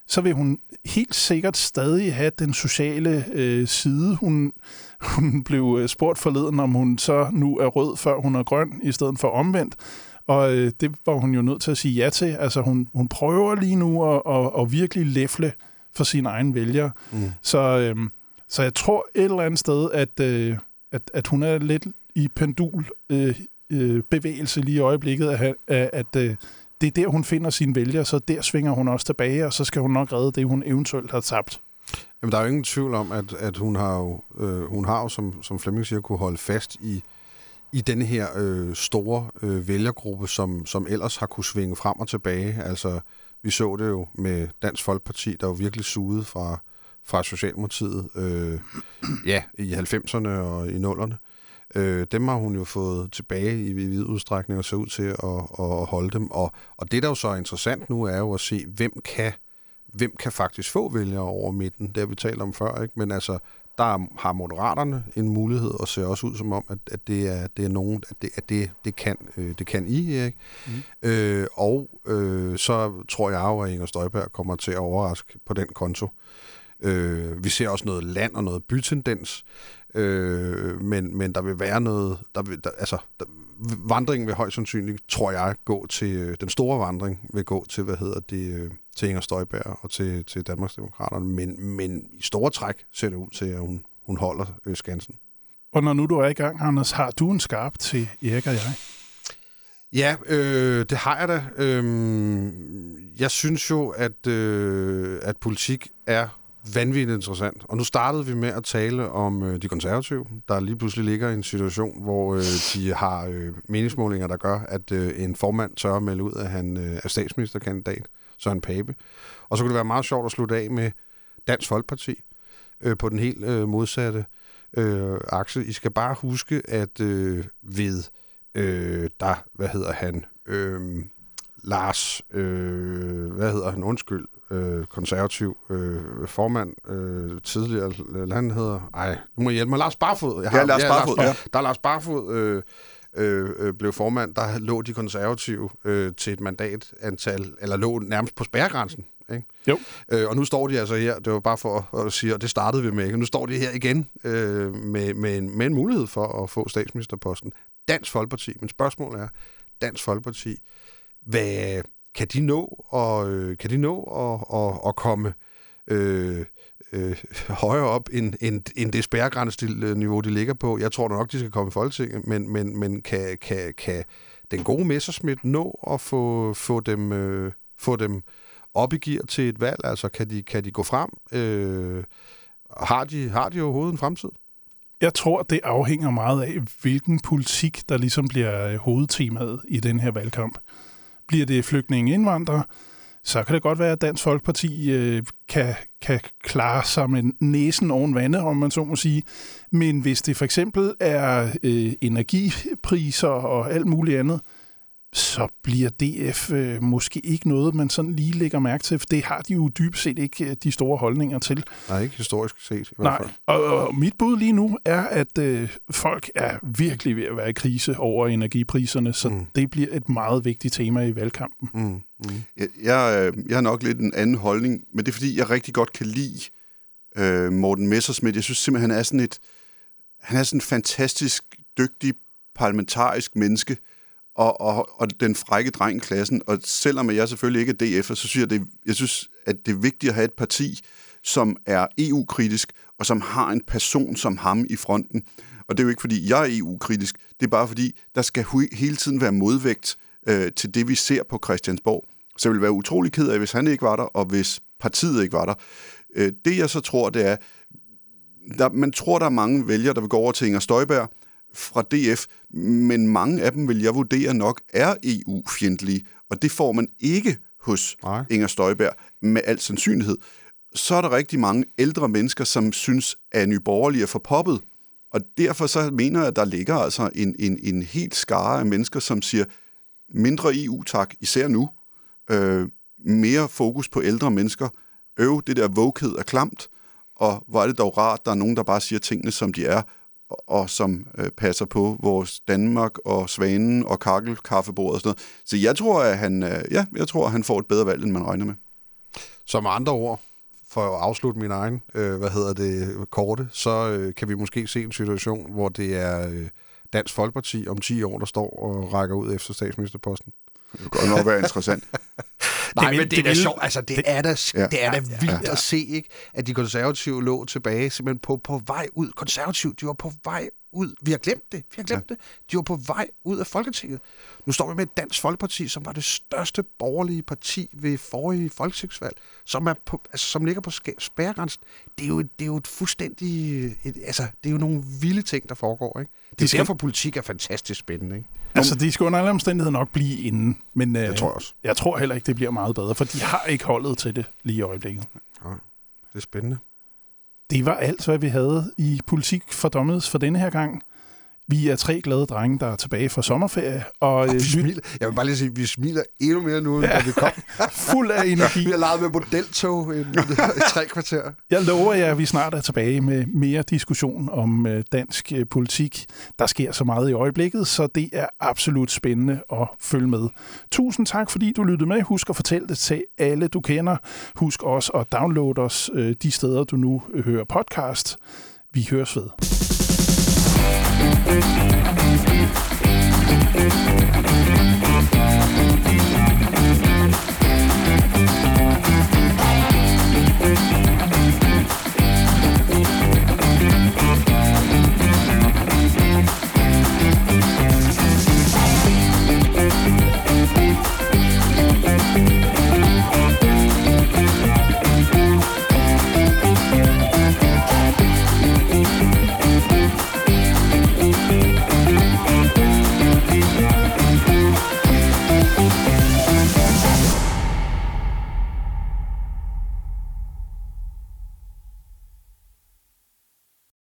så vil hun helt sikkert stadig have den sociale øh, side. Hun, hun blev spurgt forleden, om hun så nu er rød, før hun er grøn, i stedet for omvendt. Og øh, det var hun jo nødt til at sige ja til. Altså hun, hun prøver lige nu at, at, at virkelig læfle for sine egne vælgere. Mm. Så, øh, så jeg tror et eller andet sted, at, øh, at, at hun er lidt i pendul øh, øh, bevægelse lige i øjeblikket, at, at, at øh, det er der, hun finder sine vælgere, så der svinger hun også tilbage, og så skal hun nok redde det, hun eventuelt har tabt. Jamen, der er jo ingen tvivl om, at, at hun har jo, øh, hun har jo som, som Flemming siger, kunne holde fast i, i denne her øh, store øh, vælgergruppe, som, som ellers har kunne svinge frem og tilbage. Altså, vi så det jo med Dansk Folkeparti, der jo virkelig sugede fra, fra Socialdemokratiet øh, ja, i halvfemserne og i nullerne. Øh, dem har hun jo fået tilbage i, i vid udstrækning og så ud til at, at holde dem. Og, og det, der jo så er interessant nu, er jo at se, hvem kan, hvem kan faktisk få vælgere over midten. Det har vi talt om før, ikke? Men altså, der har Moderaterne en mulighed, og ser også ud som om, at, at det er, det er nogen, at det, at det, det, kan, øh, det kan I, ikke? Mm. Øh, og øh, så tror jeg jo, at Inger Støjberg kommer til at overraske på den konto. Øh, vi ser også noget land og noget bytendens, øh, men, men der vil være noget, der vil, der, altså der, vandringen vil højst sandsynligt, tror jeg, gå til, den store vandring vil gå til, hvad hedder det, til Inger Støjberg og til, til Danmarksdemokraterne, men, men i store træk ser det ud til, at hun, hun holder øh, skansen. Og når nu du er i gang, Anders, har du en skarp til Erik og jeg? Ja, øh, det har jeg da. Øh, jeg synes jo, at, øh, at politik er vanvittigt interessant. Og nu startede vi med at tale om øh, de konservative, der lige pludselig ligger i en situation, hvor øh, de har øh, meningsmålinger, der gør, at øh, en formand tør at melde ud, at han øh, er statsministerkandidat, Søren Pape. Og så kunne det være meget sjovt at slutte af med Dansk Folkeparti øh, på den helt øh, modsatte øh, akse. I skal bare huske, at øh, ved øh, der, hvad hedder han, øh, Lars, øh, hvad hedder han, undskyld, Øh, konservativ øh, formand øh, tidligere, eller han hedder, ej, nu må jeg hjælpe mig, Lars Barfod. Jeg har, ja, Lars ja, Barfod, Lars, ja. Der er Lars Barfod øh, øh, blev formand, der lå de konservative øh, til et mandatantal, eller lå nærmest på spærregrænsen. Ikke? Jo. Øh, og nu står de altså her, det var bare for at sige, og det startede vi med, ikke? Nu står de her igen øh, med, med, en, med en mulighed for at få statsministerposten. Dansk Folkeparti, men spørgsmålet er, Dansk Folkeparti, hvad kan de nå og øh, kan de nå at, at, at komme øh, øh, højere op end, end, end det spærregrænseniveau, de ligger på? Jeg tror nok, de skal komme i Folketinget, men, men, men kan, kan, kan den gode Messerschmidt nå at få, få, dem, øh, få dem op i gear til et valg? Altså, kan de, kan de gå frem? Øh, har, de, har de overhovedet en fremtid? Jeg tror, det afhænger meget af, hvilken politik, der ligesom bliver hovedtemaet i den her valgkamp. Bliver det flygtninge indvandrere, så kan det godt være, at Dansk Folkeparti øh, kan, kan klare sig med næsen oven vandet, om man så må sige. Men hvis det for eksempel er øh, energipriser og alt muligt andet, så bliver D F øh, måske ikke noget, man sådan lige lægger mærke til, for det har de jo dybest set ikke øh, de store holdninger til. Nej, ikke historisk set i hvert Nej, fald. og, og mit bud lige nu er, at øh, folk er virkelig ved at være i krise over energipriserne, så mm. det bliver et meget vigtigt tema i valgkampen. Mm. Mm. Jeg, jeg, jeg har nok lidt en anden holdning, men det er fordi, jeg rigtig godt kan lide øh, Morten Messerschmidt. Jeg synes simpelthen, han er sådan et han er sådan en fantastisk dygtig parlamentarisk menneske, Og, og, og den frække dreng i klassen, og selvom jeg selvfølgelig ikke er D F'er, så synes jeg, det, jeg synes, at det er vigtigt at have et parti, som er E U-kritisk, og som har en person som ham i fronten. Og det er jo ikke, fordi jeg er E U-kritisk, det er bare fordi, der skal hele tiden være modvægt øh, til det, vi ser på Christiansborg. Så jeg vil være utrolig ked af, hvis han ikke var der, og hvis partiet ikke var der. Øh, det jeg så tror, det er, der, man tror, der er mange vælgere, der vil gå over til Inger Støjberg fra D F, men mange af dem vil jeg vurdere nok er E U-fjendtlige, og det får man ikke hos Nej. Inger Støjberg med al sandsynlighed. Så er der rigtig mange ældre mennesker, som synes, at Nye Borgerlige er for poppet, og derfor så mener jeg, at der ligger altså en, en, en helt skare af mennesker, som siger, mindre E U tak, især nu, øh, mere fokus på ældre mennesker, øv, det der våghed er klamt, og hvor er det dog rart, der er nogen, der bare siger tingene, som de er, og som øh, passer på vores Danmark og Svanen og kakkelkaffebordet og sådan noget. Så jeg tror, at han, øh, ja, jeg tror, at han får et bedre valg, end man regner med. Så med andre ord, for at afslutte min egen, øh, hvad hedder det, korte, så øh, kan vi måske se en situation, hvor det er øh, Dansk Folkeparti om ti år, der står og rækker ud efter statsministerposten. Det kunne godt nok være interessant. Nej, det men det er da vil, sjovt. Altså, det, det er da, ja. det er da vildt ja, ja. at se, ikke, at de konservative lå tilbage simpelthen på, på vej ud. Konservative, de var på vej ud. Vi har glemt det. Vi har glemt ja. det. De var på vej ud af Folketinget. Nu står vi med et Dansk Folkeparti, som var det største borgerlige parti ved forrige folketingsvalg, som, er på, altså, som ligger på spærregrænsen. Det er jo, det er jo et fuldstændig... Et, altså, det er jo nogle vilde ting, der foregår, ikke? Det er de skal... derfor, politik er fantastisk spændende, ikke? Altså, de skal under alle omstændigheder nok blive inden, men jeg øh, tror også. Jeg tror heller ikke, det bliver meget bedre, for de har ikke holdet til det lige i øjeblikket. Ja, det er spændende. Det var alt, hvad vi havde i Politik Fordommedes for denne her gang. Vi er tre glade drenge, der er tilbage fra sommerferie. Og, og øh, vi smiler, jeg vil bare lige sige, at vi smiler endnu mere nu, end ja, da vi kom. Fuld af energi. Vi har leget med modeltog i tre kvarter. Jeg lover jer, at vi snart er tilbage med mere diskussion om øh, dansk øh, politik. Der sker så meget i øjeblikket, så det er absolut spændende at følge med. Tusind tak, fordi du lyttede med. Husk at fortælle det til alle, du kender. Husk også at downloade os øh, de steder, du nu øh, hører podcast. Vi høres ved. Thank you.